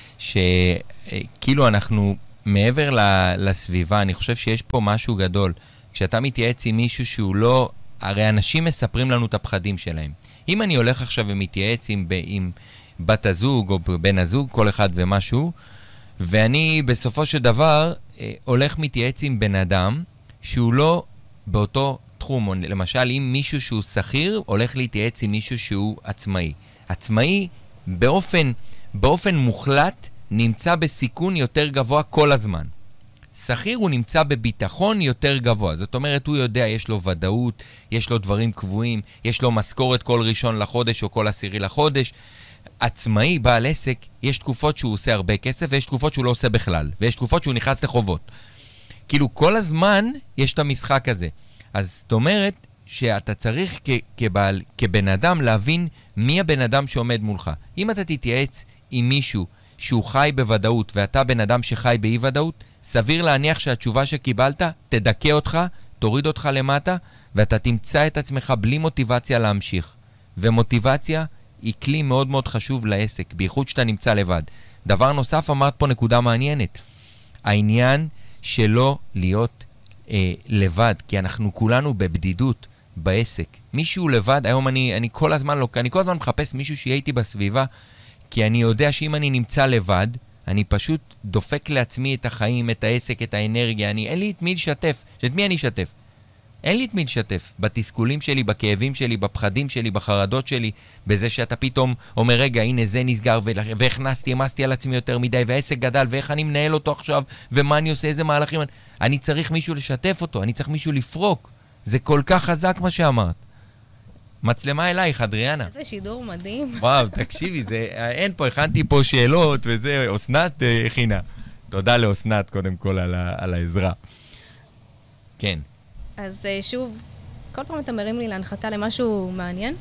שכאילו אנחנו מעבר לסביבה, אני חושב שיש פה משהו גדול. כשאתה מתייעץ עם מישהו שהוא לא, הרי אנשים מספרים לנו את הפחדים שלהם. אם אני הולך עכשיו ומתייעץ עם, עם בת הזוג או בן הזוג, כל אחד ומשהו, ואני בסופו של דבר הולך מתייעץ עם בן אדם שהוא לא באותו תחום. למשל, אם מישהו שהוא שכיר הולך להתייעץ עם מישהו שהוא עצמאי. עצמאי באופן, באופן מוחלט נמצא בסיכון יותר גבוה כל הזמן. שכיר הוא נמצא בביטחון יותר גבוה. זאת אומרת, הוא יודע, יש לו ודאות, יש לו דברים קבועים, יש לו משכורת כל ראשון לחודש או כל עשירי לחודש. עצמאי, בעל עסק, יש תקופות שהוא עושה הרבה כסף, ויש תקופות שהוא לא עושה בכלל, ויש תקופות שהוא נכנס לחובות. כאילו, כל הזמן יש את המשחק הזה. אז זאת אומרת שאתה צריך כ- כבעל, כבן אדם להבין מי הבן אדם שעומד מולך. אם אתה תתייעץ עם מישהו שהוא חי בוודאות, ואתה בן אדם שחי באי ודאות, סביר להניח שהתשובה שקיבלת תדכא אותך, תוריד אותך למטה, ואתה תמצא את עצמך בלי מוטיבציה להמשיך. ומוטיבציה היא כלי מאוד מאוד חשוב לעסק, בייחוד שאתה נמצא לבד. דבר נוסף, אמרת פה נקודה מעניינת. העניין שלא להיות אה, לבד, כי אנחנו כולנו בבדידות בעסק. מישהו לבד, היום אני, אני כל הזמן לא, אני כל הזמן מחפש מישהו שיהיה איתי בסביבה, כי אני יודע שאם אני נמצא לבד, אני פשוט דופק לעצמי את החיים, את העסק, את האנרגיה. אני, אין לי את מי לשתף. שאת מי אני אשתף? אין לי את מי לשתף. בתסכולים שלי, בכאבים שלי, בפחדים שלי, בחרדות שלי, בזה שאתה פתאום אומר, רגע, הנה זה נסגר, והכנסתי, המסתי על עצמי יותר מדי, והעסק גדל, ואיך אני מנהל אותו עכשיו, ומה אני עושה, איזה מהלכים. אני צריך מישהו לשתף אותו, אני צריך מישהו לפרוק. זה כל כך חזק מה שאמרת. מצלמה אלייך, אדריאנה. איזה שידור מדהים. וואו, תקשיבי, זה, אין פה, הכנתי פה שאלות וזה, אסנת הכינה. תודה לאסנת קודם כל על, ה, על העזרה. כן. אז שוב, כל פעם אתה מרים לי להנחתה למשהו מעניין.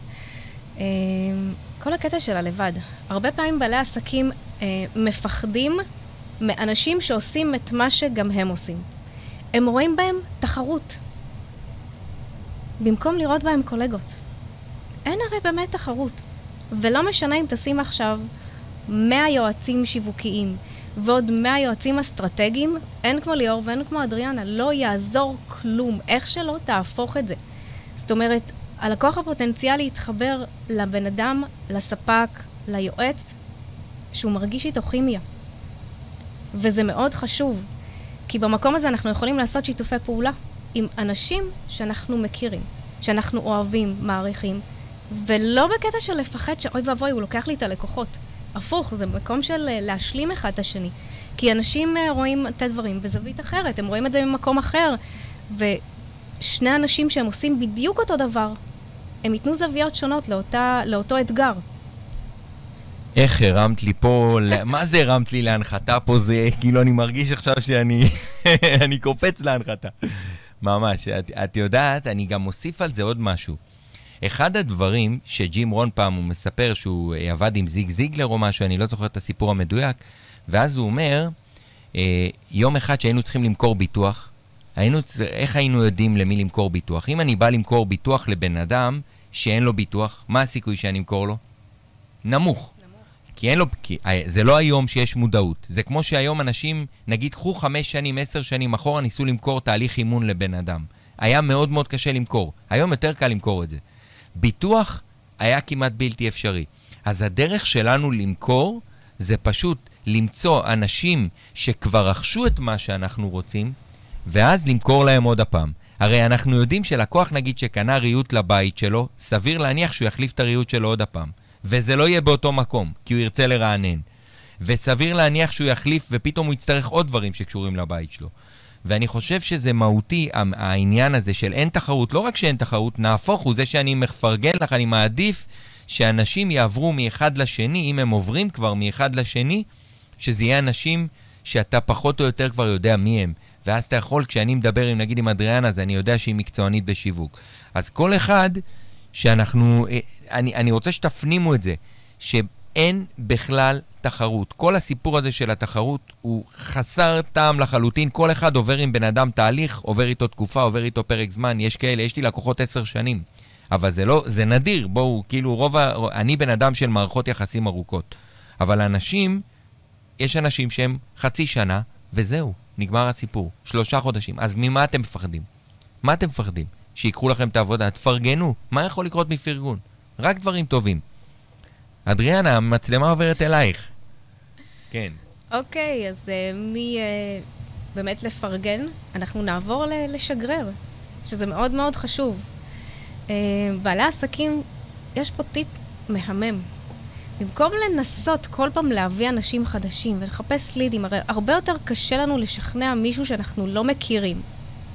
כל הקטע של הלבד. הרבה פעמים בעלי עסקים מפחדים מאנשים שעושים את מה שגם הם עושים. הם רואים בהם תחרות. במקום לראות בהם קולגות. אין הרי באמת תחרות. ולא משנה אם תשים עכשיו מאה יועצים שיווקיים ועוד מאה יועצים אסטרטגיים, אין כמו ליאור ואין כמו אדריאנה, לא יעזור כלום, איך שלא תהפוך את זה. זאת אומרת, הלקוח הפוטנציאלי יתחבר לבן אדם, לספק, ליועץ, שהוא מרגיש איתו כימיה. וזה מאוד חשוב, כי במקום הזה אנחנו יכולים לעשות שיתופי פעולה עם אנשים שאנחנו מכירים, שאנחנו אוהבים, מעריכים, ולא בקטע של לפחד שאוי ואבוי, הוא לוקח לי את הלקוחות. הפוך, זה מקום של להשלים אחד את השני. כי אנשים רואים את הדברים בזווית אחרת, הם רואים את זה ממקום אחר, ושני אנשים שהם עושים בדיוק אותו דבר, הם ייתנו זוויות שונות לאותה, לאותו אתגר. איך הרמת לי פה, מה זה הרמת לי להנחתה פה? זה כאילו אני מרגיש עכשיו שאני אני קופץ להנחתה. ממש, את, את יודעת, אני גם מוסיף על זה עוד משהו. אחד הדברים שג'ים רון פעם הוא מספר שהוא עבד עם זיג זיגלר או משהו, אני לא זוכר את הסיפור המדויק, ואז הוא אומר, אה, יום אחד שהיינו צריכים למכור ביטוח, היינו, איך היינו יודעים למי למכור ביטוח? אם אני בא למכור ביטוח לבן אדם שאין לו ביטוח, מה הסיכוי שאני אמכור לו? נמוך. כי אין לו, כי זה לא היום שיש מודעות. זה כמו שהיום אנשים, נגיד, קחו חמש שנים, עשר שנים אחורה, ניסו למכור תהליך אימון לבן אדם. היה מאוד מאוד קשה למכור. היום יותר קל למכור את זה. ביטוח היה כמעט בלתי אפשרי. אז הדרך שלנו למכור, זה פשוט למצוא אנשים שכבר רכשו את מה שאנחנו רוצים, ואז למכור להם עוד הפעם. הרי אנחנו יודעים שלקוח, נגיד, שקנה ריהוט לבית שלו, סביר להניח שהוא יחליף את הריהוט שלו עוד הפעם. וזה לא יהיה באותו מקום, כי הוא ירצה לרענן. וסביר להניח שהוא יחליף, ופתאום הוא יצטרך עוד דברים שקשורים לבית שלו. ואני חושב שזה מהותי, העניין הזה של אין תחרות, לא רק שאין תחרות, נהפוך הוא זה שאני מפרגן לך, אני מעדיף שאנשים יעברו מאחד לשני, אם הם עוברים כבר מאחד לשני, שזה יהיה אנשים שאתה פחות או יותר כבר יודע מי הם. ואז אתה יכול, כשאני מדבר עם, נגיד עם אדריאנה, אז אני יודע שהיא מקצוענית בשיווק. אז כל אחד שאנחנו, אני, אני רוצה שתפנימו את זה, שאין בכלל תחרות. כל הסיפור הזה של התחרות הוא חסר טעם לחלוטין. כל אחד עובר עם בן אדם תהליך, עובר איתו תקופה, עובר איתו פרק זמן. יש כאלה, יש לי לקוחות עשר שנים. אבל זה לא, זה נדיר. בואו, כאילו רוב ה... אני בן אדם של מערכות יחסים ארוכות. אבל אנשים, יש אנשים שהם חצי שנה, וזהו, נגמר הסיפור. שלושה חודשים. אז ממה אתם מפחדים? מה אתם מפחדים? שיקחו לכם את העבודה, תפרגנו. מה יכול לקרות מפרגון? רק דברים טובים. אדריאנה, המצלמה עוברת אלייך. כן. אוקיי, אז uh, מי uh, באמת לפרגן, אנחנו נעבור ל- לשגרר, שזה מאוד מאוד חשוב. Uh, בעלי עסקים, יש פה טיפ מהמם. במקום לנסות כל פעם להביא אנשים חדשים ולחפש לידים, הרי הרבה יותר קשה לנו לשכנע מישהו שאנחנו לא מכירים.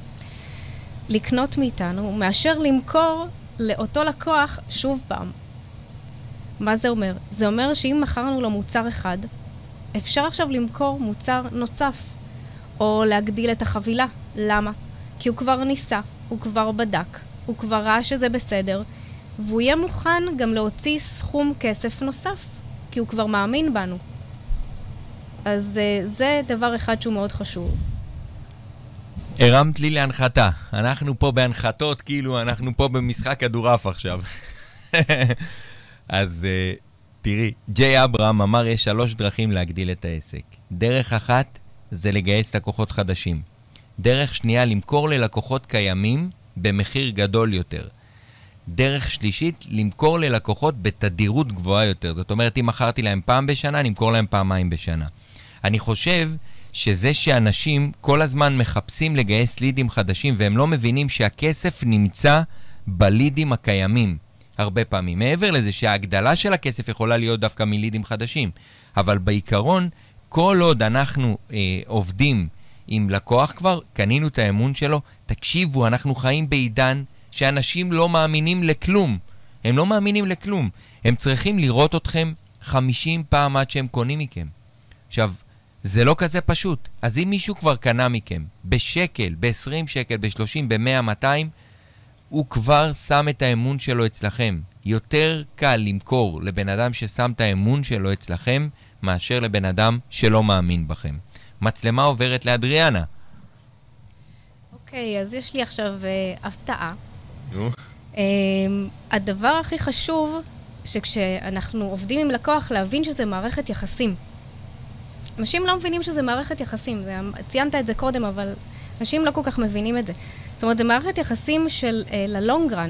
לקנות מאיתנו, מאשר למכור לאותו לקוח שוב פעם. מה זה אומר? זה אומר שאם מכרנו לו מוצר אחד, אפשר עכשיו למכור מוצר נוסף, או להגדיל את החבילה. למה? כי הוא כבר ניסה, הוא כבר בדק, הוא כבר ראה שזה בסדר, והוא יהיה מוכן גם להוציא סכום כסף נוסף, כי הוא כבר מאמין בנו. אז זה דבר אחד שהוא מאוד חשוב. הרמת לי להנחתה. אנחנו פה בהנחתות, כאילו אנחנו פה במשחק כדורעף עכשיו. אז uh, תראי, ג'יי אברהם אמר יש שלוש דרכים להגדיל את העסק. דרך אחת זה לגייס לקוחות חדשים. דרך שנייה למכור ללקוחות קיימים במחיר גדול יותר. דרך שלישית למכור ללקוחות בתדירות גבוהה יותר. זאת אומרת, אם מכרתי להם פעם בשנה, נמכור להם פעמיים בשנה. אני חושב שזה שאנשים כל הזמן מחפשים לגייס לידים חדשים והם לא מבינים שהכסף נמצא בלידים הקיימים. הרבה פעמים. מעבר לזה שההגדלה של הכסף יכולה להיות דווקא מלידים חדשים. אבל בעיקרון, כל עוד אנחנו אה, עובדים עם לקוח כבר, קנינו את האמון שלו, תקשיבו, אנחנו חיים בעידן שאנשים לא מאמינים לכלום. הם לא מאמינים לכלום. הם צריכים לראות אתכם חמישים פעם עד שהם קונים מכם. עכשיו, זה לא כזה פשוט. אז אם מישהו כבר קנה מכם, בשקל, ב-עשרים שקל, ב-שלושים, ב-מאה, מאתיים, הוא כבר שם את האמון שלו אצלכם. יותר קל למכור לבן אדם ששם את האמון שלו אצלכם, מאשר לבן אדם שלא מאמין בכם. מצלמה עוברת לאדריאנה. אוקיי, אז יש לי עכשיו uh, הפתעה. נו. Uh, הדבר הכי חשוב, שכשאנחנו עובדים עם לקוח, להבין שזה מערכת יחסים. אנשים לא מבינים שזה מערכת יחסים. זה, ציינת את זה קודם, אבל אנשים לא כל כך מבינים את זה. זאת אומרת, זה מערכת יחסים של uh, ללונגרן,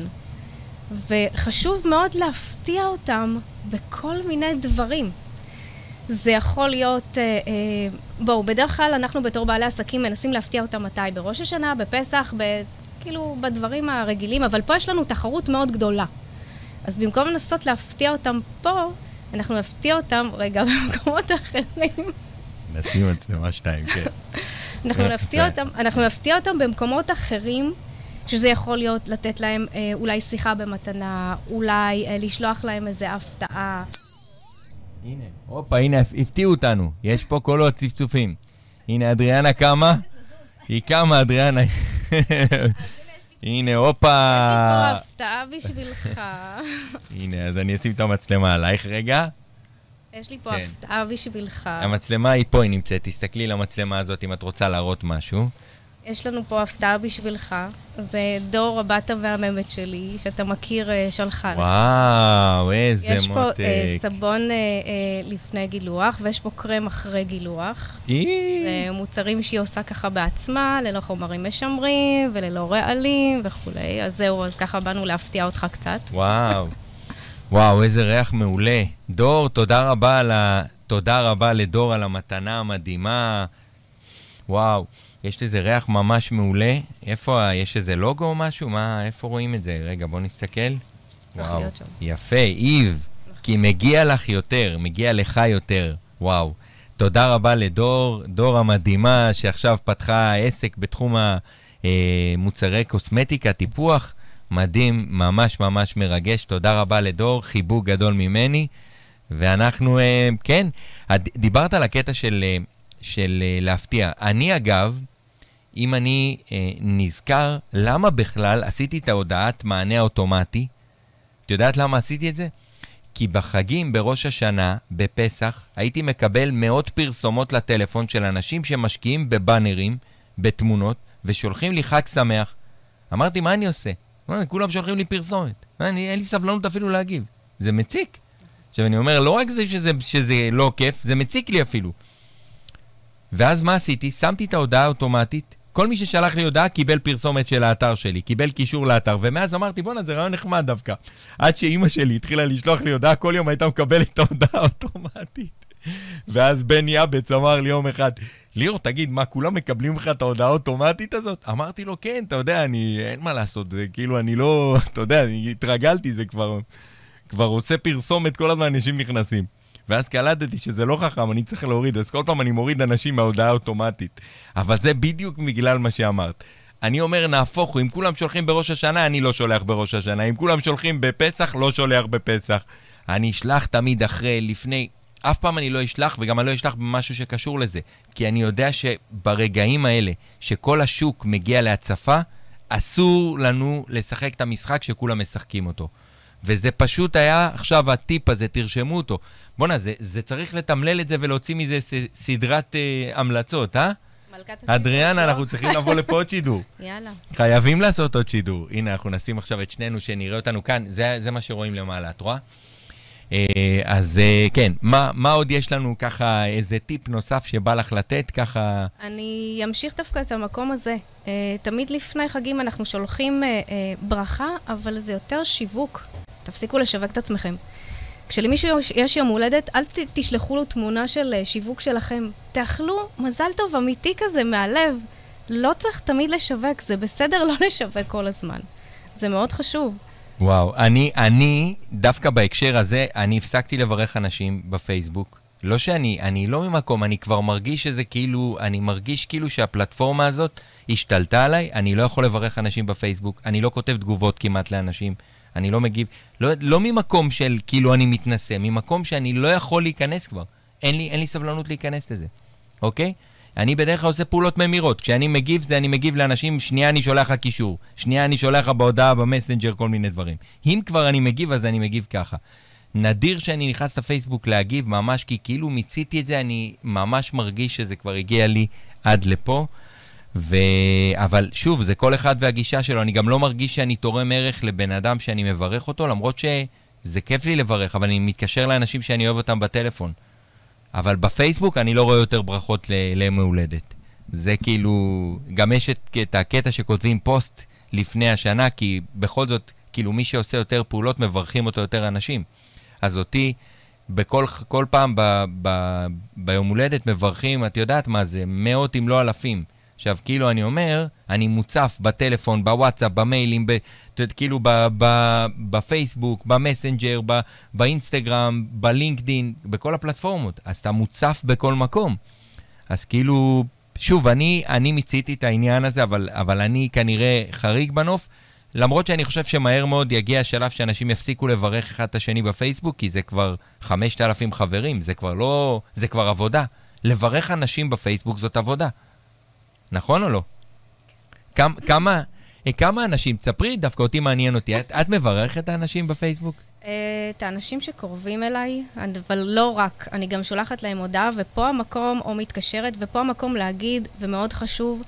וחשוב מאוד להפתיע אותם בכל מיני דברים. זה יכול להיות, uh, uh, בואו, בדרך כלל אנחנו בתור בעלי עסקים מנסים להפתיע אותם מתי, בראש השנה, בפסח, ב, כאילו בדברים הרגילים, אבל פה יש לנו תחרות מאוד גדולה. אז במקום לנסות להפתיע אותם פה, אנחנו נפתיע אותם, רגע, במקומות אחרים. נשים מצלמה שתיים, כן. אנחנו נפתיע אותם, אנחנו נפתיע אותם במקומות אחרים, שזה יכול להיות לתת להם אה, אולי שיחה במתנה, אולי אה, לשלוח להם איזה הפתעה. הנה, הופה, הנה, הפתיעו אותנו. יש פה קולות צפצופים. הנה, אדריאנה קמה. היא קמה, אדריאנה. הנה, הופה. יש לי פה הפתעה בשבילך. הנה, אז אני אשים את המצלמה עלייך רגע. יש לי פה הפתעה בשבילך. המצלמה היא פה, היא נמצאת. תסתכלי למצלמה הזאת אם את רוצה להראות משהו. יש לנו פה הפתעה בשבילך. זה דור הבת המהממת שלי, שאתה מכיר, שלחה. וואו, איזה מותק. יש פה uh, סבון uh, uh, לפני גילוח, ויש פה קרם אחרי גילוח. זה מוצרים שהיא עושה ככה בעצמה, ללא חומרים משמרים, וללא רעלים וכולי. אז זהו, אז ככה באנו להפתיע אותך קצת. וואו. וואו, איזה ריח מעולה. דור, תודה רבה על ה... תודה רבה לדור על המתנה המדהימה. וואו. יש לזה ריח ממש מעולה. איפה, יש איזה לוגו או משהו? מה, איפה רואים את זה? רגע, בוא נסתכל. וואו, יפה, איב. כי מגיע לך יותר, מגיע לך יותר. וואו. תודה רבה לדור, דור המדהימה שעכשיו פתחה עסק בתחום המוצרי קוסמטיקה, טיפוח, מדהים, ממש ממש מרגש. תודה רבה לדור, חיבוק גדול ממני. ואנחנו, כן, דיברת על הקטע של, של להפתיע. אני אגב, אם אני נזכר, למה בכלל עשיתי את ההודעת מענה אוטומטי? את יודעת למה עשיתי את זה? כי בחגים, בראש השנה, בפסח, הייתי מקבל מאות פרסומות לטלפון של אנשים שמשקיעים בבנרים, בתמונות, ושולחים לי חג שמח. אמרתי, מה אני עושה? כולם שולחים לי פרסומת. אני, אין לי סבלנות אפילו להגיב. זה מציק. עכשיו אני אומר, לא רק זה שזה, שזה לא כיף, זה מציק לי אפילו. ואז מה עשיתי? שמתי את ההודעה האוטומטית. כל מי ששלח לי הודעה קיבל פרסומת של האתר שלי, קיבל קישור לאתר, ומאז אמרתי, בוא נה, זה רעיון נחמד דווקא. עד שאימא שלי התחילה לשלוח לי הודעה, כל יום הייתה מקבלת את ההודעה האוטומטית. ואז בן יאבץ אמר לי יום אחד, ליאור, תגיד, מה, כולם מקבלים לך את ההודעה האוטומטית הזאת? אמרתי לו, כן, אתה יודע, אני, אין מה לעשות, זה כאילו, אני לא, אתה יודע, אני התרגלתי, זה כבר, כבר עושה פרסומת, כל הזמן אנשים נכנסים. ואז קלטתי שזה לא חכם, אני צריך להוריד, אז כל פעם אני מוריד אנשים מההודעה האוטומטית. אבל זה בדיוק בגלל מה שאמרת. אני אומר, נהפוך, אם כולם שולחים בראש השנה, אני לא שולח בראש השנה. אם כולם שולחים בפסח, לא שולח בפסח. אני אשלח תמיד אחרי, לפני, אף פעם אני לא אשלח, וגם אני לא אשלח במשהו שקשור לזה. כי אני יודע שברגעים האלה, שכל השוק מגיע להצפה, אסור לנו לשחק את המשחק שכולם משחקים אותו. וזה פשוט היה, עכשיו הטיפ הזה, תרשמו אותו. בוא'נה, זה, זה צריך לתמלל את זה ולהוציא מזה ס, סדרת אה, המלצות, אה? אדריאנה, אנחנו צריכים לבוא לפה עוד שידור. יאללה. חייבים לעשות עוד שידור. הנה, אנחנו נשים עכשיו את שנינו שנראה אותנו כאן. זה, זה מה שרואים למעלה, את רואה? אה, אז אה, כן, מה, מה עוד יש לנו ככה, איזה טיפ נוסף שבא לך לתת ככה? אני אמשיך דווקא את המקום הזה. אה, תמיד לפני חגים אנחנו שולחים אה, אה, ברכה, אבל זה יותר שיווק. תפסיקו לשווק את עצמכם. כשלמישהו יש יום הולדת, אל ת, תשלחו לו תמונה של שיווק שלכם. תאכלו מזל טוב אמיתי כזה מהלב. לא צריך תמיד לשווק, זה בסדר לא לשווק כל הזמן. זה מאוד חשוב. וואו, אני, אני, דווקא בהקשר הזה, אני הפסקתי לברך אנשים בפייסבוק. לא שאני, אני לא ממקום, אני כבר מרגיש שזה כאילו, אני מרגיש כאילו שהפלטפורמה הזאת השתלטה עליי, אני לא יכול לברך אנשים בפייסבוק, אני לא כותב תגובות כמעט לאנשים. אני לא מגיב, לא, לא ממקום של כאילו אני מתנסה, ממקום שאני לא יכול להיכנס כבר. אין לי, אין לי סבלנות להיכנס לזה, אוקיי? אני בדרך כלל עושה פעולות ממירות. כשאני מגיב זה אני מגיב לאנשים, שנייה אני שולח לך קישור, שנייה אני שולח לך בהודעה במסנג'ר, כל מיני דברים. אם כבר אני מגיב, אז אני מגיב ככה. נדיר שאני נכנס לפייסבוק להגיב ממש, כי כאילו מיציתי את זה, אני ממש מרגיש שזה כבר הגיע לי עד לפה. ו... אבל שוב, זה כל אחד והגישה שלו. אני גם לא מרגיש שאני תורם ערך לבן אדם שאני מברך אותו, למרות שזה כיף לי לברך, אבל אני מתקשר לאנשים שאני אוהב אותם בטלפון. אבל בפייסבוק אני לא רואה יותר ברכות למהולדת. זה כאילו, גם יש את הקטע שכותבים פוסט לפני השנה, כי בכל זאת, כאילו מי שעושה יותר פעולות, מברכים אותו יותר אנשים. אז אותי, בכל כל פעם ב, ב, ביום הולדת מברכים, את יודעת מה זה, מאות אם לא אלפים. עכשיו, כאילו אני אומר, אני מוצף בטלפון, בוואטסאפ, במיילים, ב, כאילו ב, ב, בפייסבוק, במסנג'ר, ב, באינסטגרם, בלינקדין, בכל הפלטפורמות. אז אתה מוצף בכל מקום. אז כאילו, שוב, אני, אני מציתי את העניין הזה, אבל, אבל אני כנראה חריג בנוף, למרות שאני חושב שמהר מאוד יגיע השלב שאנשים יפסיקו לברך אחד את השני בפייסבוק, כי זה כבר חמשת אלפים חברים, זה כבר לא, זה כבר עבודה. לברך אנשים בפייסבוק זאת עבודה. נכון או לא? כמה, כמה, כמה אנשים, תספרי, דווקא אותי מעניין אותי, את, את מברכת את האנשים בפייסבוק? את האנשים שקורבים אליי, אבל לא רק, אני גם שולחת להם הודעה, ופה המקום, או מתקשרת, ופה המקום להגיד, ומאוד חשוב,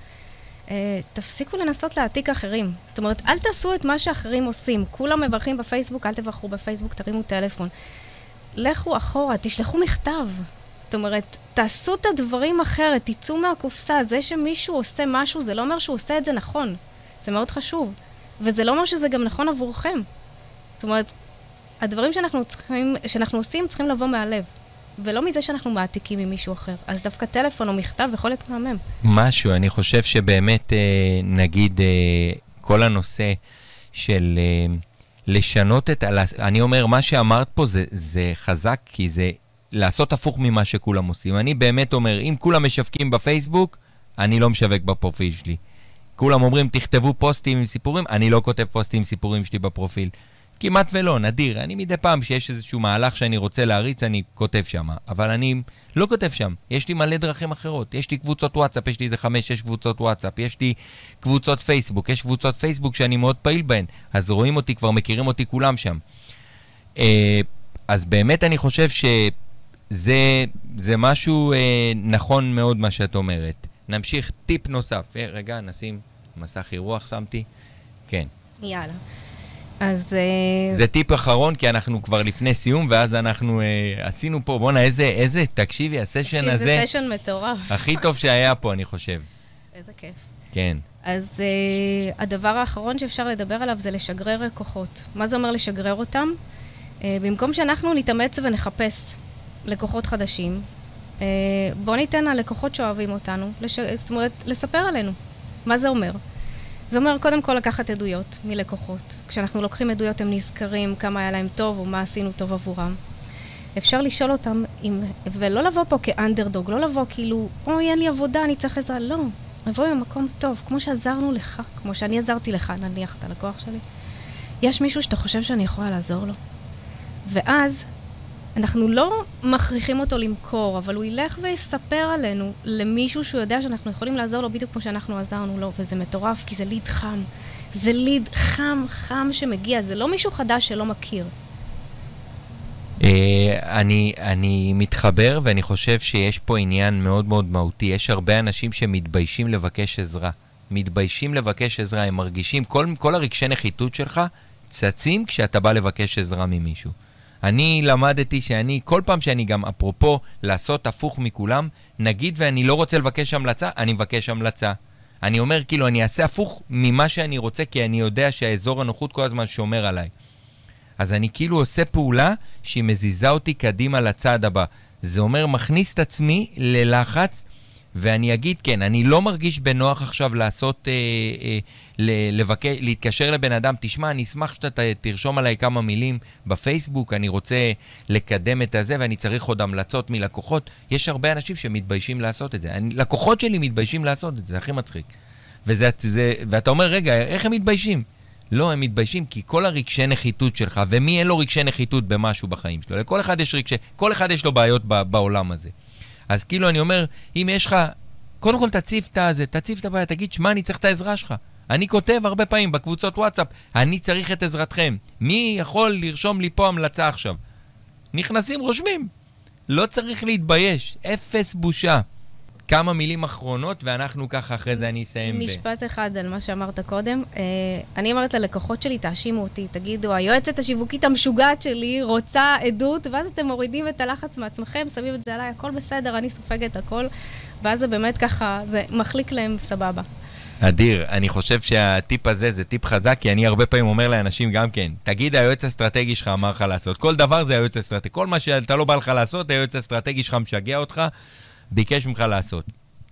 תפסיקו לנסות להעתיק אחרים. זאת אומרת, אל תעשו את מה שאחרים עושים. כולם מברכים בפייסבוק, אל תברכו בפייסבוק, תרימו טלפון. לכו אחורה, תשלחו מכתב. זאת אומרת, תעשו את הדברים אחרת, תצאו מהקופסה. זה שמישהו עושה משהו, זה לא אומר שהוא עושה את זה נכון. זה מאוד חשוב. וזה לא אומר שזה גם נכון עבורכם. זאת אומרת, הדברים שאנחנו, צריכים, שאנחנו עושים צריכים לבוא מהלב. ולא מזה שאנחנו מעתיקים עם מישהו אחר. אז דווקא טלפון או מכתב יכול להיות מהמם. משהו, אני חושב שבאמת, נגיד, כל הנושא של לשנות את... אני אומר, מה שאמרת פה זה, זה חזק, כי זה לעשות הפוך ממה שכולם עושים. אני באמת אומר, אם כולם משווקים בפייסבוק, אני לא משווק בפרופיל שלי. כולם אומרים, תכתבו פוסטים עם סיפורים, אני לא כותב פוסטים עם סיפורים שלי בפרופיל. כמעט ולא, נדיר. אני מדי פעם שיש איזשהו מהלך שאני רוצה להריץ, אני כותב שם. אבל אני לא כותב שם. יש לי מלא דרכים אחרות. יש לי קבוצות וואטסאפ, יש לי איזה חמש, שש קבוצות וואטסאפ. יש לי קבוצות פייסבוק. יש קבוצות פייסבוק שאני מאוד פעיל בהן. אז רואים אותי, כבר מכירים אותי כולם שם. אז באמת אני חושב שזה זה משהו נכון מאוד מה שאת אומרת. נמשיך טיפ נוסף. רגע, נשים מסך אירוח, שמתי. כן. יאללה. אז... זה טיפ אחרון, כי אנחנו כבר לפני סיום, ואז אנחנו uh, עשינו פה, בוא'נה, איזה, איזה, תקשיבי, הסשן תקשיב, הזה... זה סשן מטורף. הכי טוב שהיה פה, אני חושב. איזה כיף. כן. אז uh, הדבר האחרון שאפשר לדבר עליו זה לשגרר לקוחות. מה זה אומר לשגרר אותם? Uh, במקום שאנחנו נתאמץ ונחפש לקוחות חדשים, uh, בוא ניתן ללקוחות שאוהבים אותנו, לש... זאת אומרת, לספר עלינו. מה זה אומר? זה אומר קודם כל לקחת עדויות מלקוחות. כשאנחנו לוקחים עדויות הם נזכרים כמה היה להם טוב או מה עשינו טוב עבורם. אפשר לשאול אותם, אם, ולא לבוא פה כאנדרדוג, לא לבוא כאילו, אוי, אין לי עבודה, אני צריך עזרה. לא, לבוא במקום טוב, כמו שעזרנו לך, כמו שאני עזרתי לך, נניח את הלקוח שלי. יש מישהו שאתה חושב שאני יכולה לעזור לו. ואז אנחנו לא מכריחים אותו למכור, אבל הוא ילך ויספר עלינו למישהו שהוא יודע שאנחנו יכולים לעזור לו בדיוק כמו שאנחנו עזרנו לו, וזה מטורף, כי זה ליד חם. זה ליד חם, חם שמגיע, זה לא מישהו חדש שלא מכיר. אני, אני מתחבר, ואני חושב שיש פה עניין מאוד מאוד מהותי. יש הרבה אנשים שמתביישים לבקש עזרה. מתביישים לבקש עזרה, הם מרגישים, כל, כל הרגשי נחיתות שלך צצים כשאתה בא לבקש עזרה ממישהו. אני למדתי שאני, כל פעם שאני גם, אפרופו, לעשות הפוך מכולם, נגיד ואני לא רוצה לבקש המלצה, אני מבקש המלצה. אני אומר, כאילו, אני אעשה הפוך ממה שאני רוצה, כי אני יודע שהאזור הנוחות כל הזמן שומר עליי. אז אני כאילו עושה פעולה שהיא מזיזה אותי קדימה לצעד הבא. זה אומר, מכניס את עצמי ללחץ, ואני אגיד, כן, אני לא מרגיש בנוח עכשיו לעשות, אה, אה, לבקש, להתקשר לבן אדם, תשמע, אני אשמח שאתה תרשום עליי כמה מילים בפייסבוק, אני רוצה לקדם את הזה, ואני צריך עוד המלצות מלקוחות. יש הרבה אנשים שמתביישים לעשות את זה. אני, לקוחות שלי מתביישים לעשות את זה, זה הכי מצחיק. וזה, זה, ואתה אומר, רגע, איך הם מתביישים? לא, הם מתביישים כי כל הרגשי נחיתות שלך, ומי אין לו רגשי נחיתות במשהו בחיים שלו? לכל אחד יש רגשי, כל אחד יש לו בעיות בעולם הזה. אז כאילו אני אומר, אם יש לך, קודם כל תציף את הזה, תציף את הבעיה, תגיד, שמה, אני צריך את העזרה שלך. אני כותב הרבה פעמים בקבוצות וואטסאפ, אני צריך את עזרתכם. מי יכול לרשום לי פה המלצה עכשיו? נכנסים, רושמים. לא צריך להתבייש, אפס בושה. כמה מילים אחרונות, ואנחנו ככה אחרי זה אני אסיים. משפט אחד על מה שאמרת קודם. אני אומרת ללקוחות שלי, תאשימו אותי, תגידו, היועצת השיווקית המשוגעת שלי רוצה עדות, ואז אתם מורידים את הלחץ מעצמכם, שמים את זה עליי, הכל בסדר, אני סופגת הכל, ואז זה באמת ככה, זה מחליק להם סבבה. אדיר, אני חושב שהטיפ הזה זה טיפ חזק, כי אני הרבה פעמים אומר לאנשים גם כן, תגיד, היועץ האסטרטגי שלך אמר לך לעשות. כל דבר זה היועץ האסטרטגי. כל מה שאתה לא בא לך לעשות, היועץ האסטרטגי שלך משגע אותך, ביקש ממך לעשות.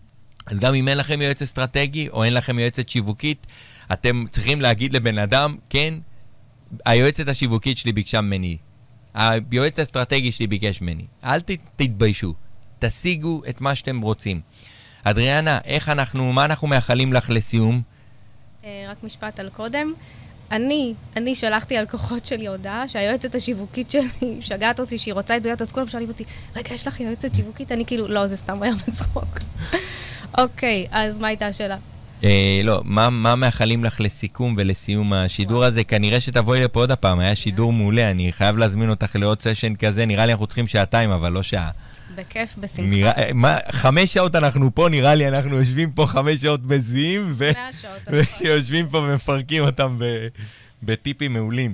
אז גם אם אין לכם יועץ אסטרטגי, או אין לכם יועצת שיווקית, אתם צריכים להגיד לבן אדם, כן, היועצת השיווקית שלי ביקשה ממני. היועץ האסטרטגי שלי ביקש ממני. אל תתביישו. תשיגו את מה שאתם רוצים. אדריאנה, איך אנחנו, מה אנחנו מאחלים לך לסיום? רק משפט על קודם. אני, אני שלחתי על כוחות שלי הודעה שהיועצת השיווקית שלי שגעת אותי שהיא רוצה עדויות, אז כולם שואלים אותי, רגע, יש לך יועצת שיווקית? אני כאילו, לא, זה סתם היה בצחוק. אוקיי, אז מה הייתה השאלה? לא, מה מאחלים לך לסיכום ולסיום השידור הזה? כנראה שתבואי לפה עוד הפעם, היה שידור מעולה, אני חייב להזמין אותך לעוד סשן כזה, נראה לי אנחנו צריכים שעתיים, אבל לא שעה. בכיף, בשמחה. חמש שעות אנחנו פה, נראה לי אנחנו יושבים פה חמש שעות בזים, ויושבים פה ומפרקים אותם בטיפים מעולים.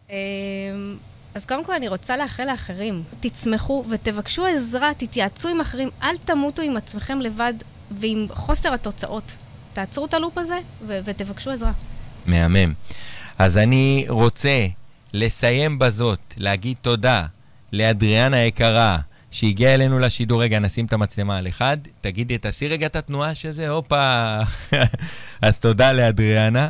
אז קודם כל אני רוצה לאחל לאחרים, תצמחו ותבקשו עזרה, תתייעצו עם אחרים, אל תמותו עם עצמכם לבד ועם חוסר התוצאות. תעצרו את הלופ הזה ותבקשו עזרה. מהמם. אז אני רוצה לסיים בזאת, להגיד תודה לאדריאנה היקרה, שהגיע אלינו לשידור. רגע, נשים את המצלמה על אחד. תגידי, תעשי רגע את התנועה שזה, הופה. אז תודה לאדריאנה.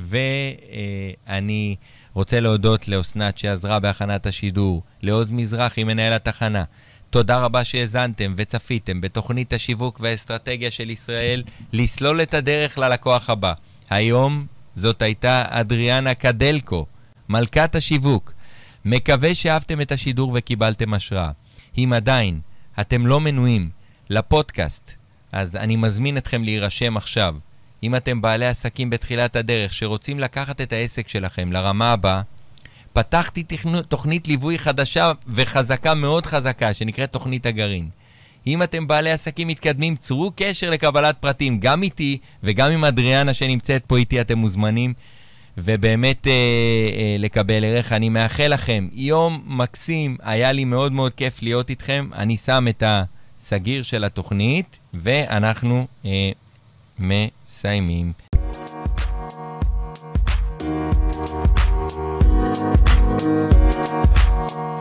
ואני רוצה להודות לאוסנת שעזרה בהכנת השידור, לעוז מזרחי, מנהל התחנה. תודה רבה שהזנתם וצפיתם בתוכנית השיווק והאסטרטגיה של ישראל לסלול את הדרך ללקוח הבא. היום זאת הייתה אדריאנה קדלקו, מלכת השיווק. מקווה שאהבתם את השידור וקיבלתם השראה. אם עדיין אתם לא מנויים לפודקאסט, אז אני מזמין אתכם להירשם עכשיו. אם אתם בעלי עסקים בתחילת הדרך שרוצים לקחת את העסק שלכם לרמה הבאה, פתחתי תוכנית ליווי חדשה וחזקה, מאוד חזקה, שנקראת תוכנית הגרעין. אם אתם בעלי עסקים מתקדמים, צרו קשר לקבלת פרטים, גם איתי וגם עם אדריאנה שנמצאת פה איתי, אתם מוזמנים, ובאמת אה, אה, לקבל ערך. אני מאחל לכם יום מקסים, היה לי מאוד מאוד כיף להיות איתכם. אני שם את הסגיר של התוכנית, ואנחנו אה, מסיימים. Thank you.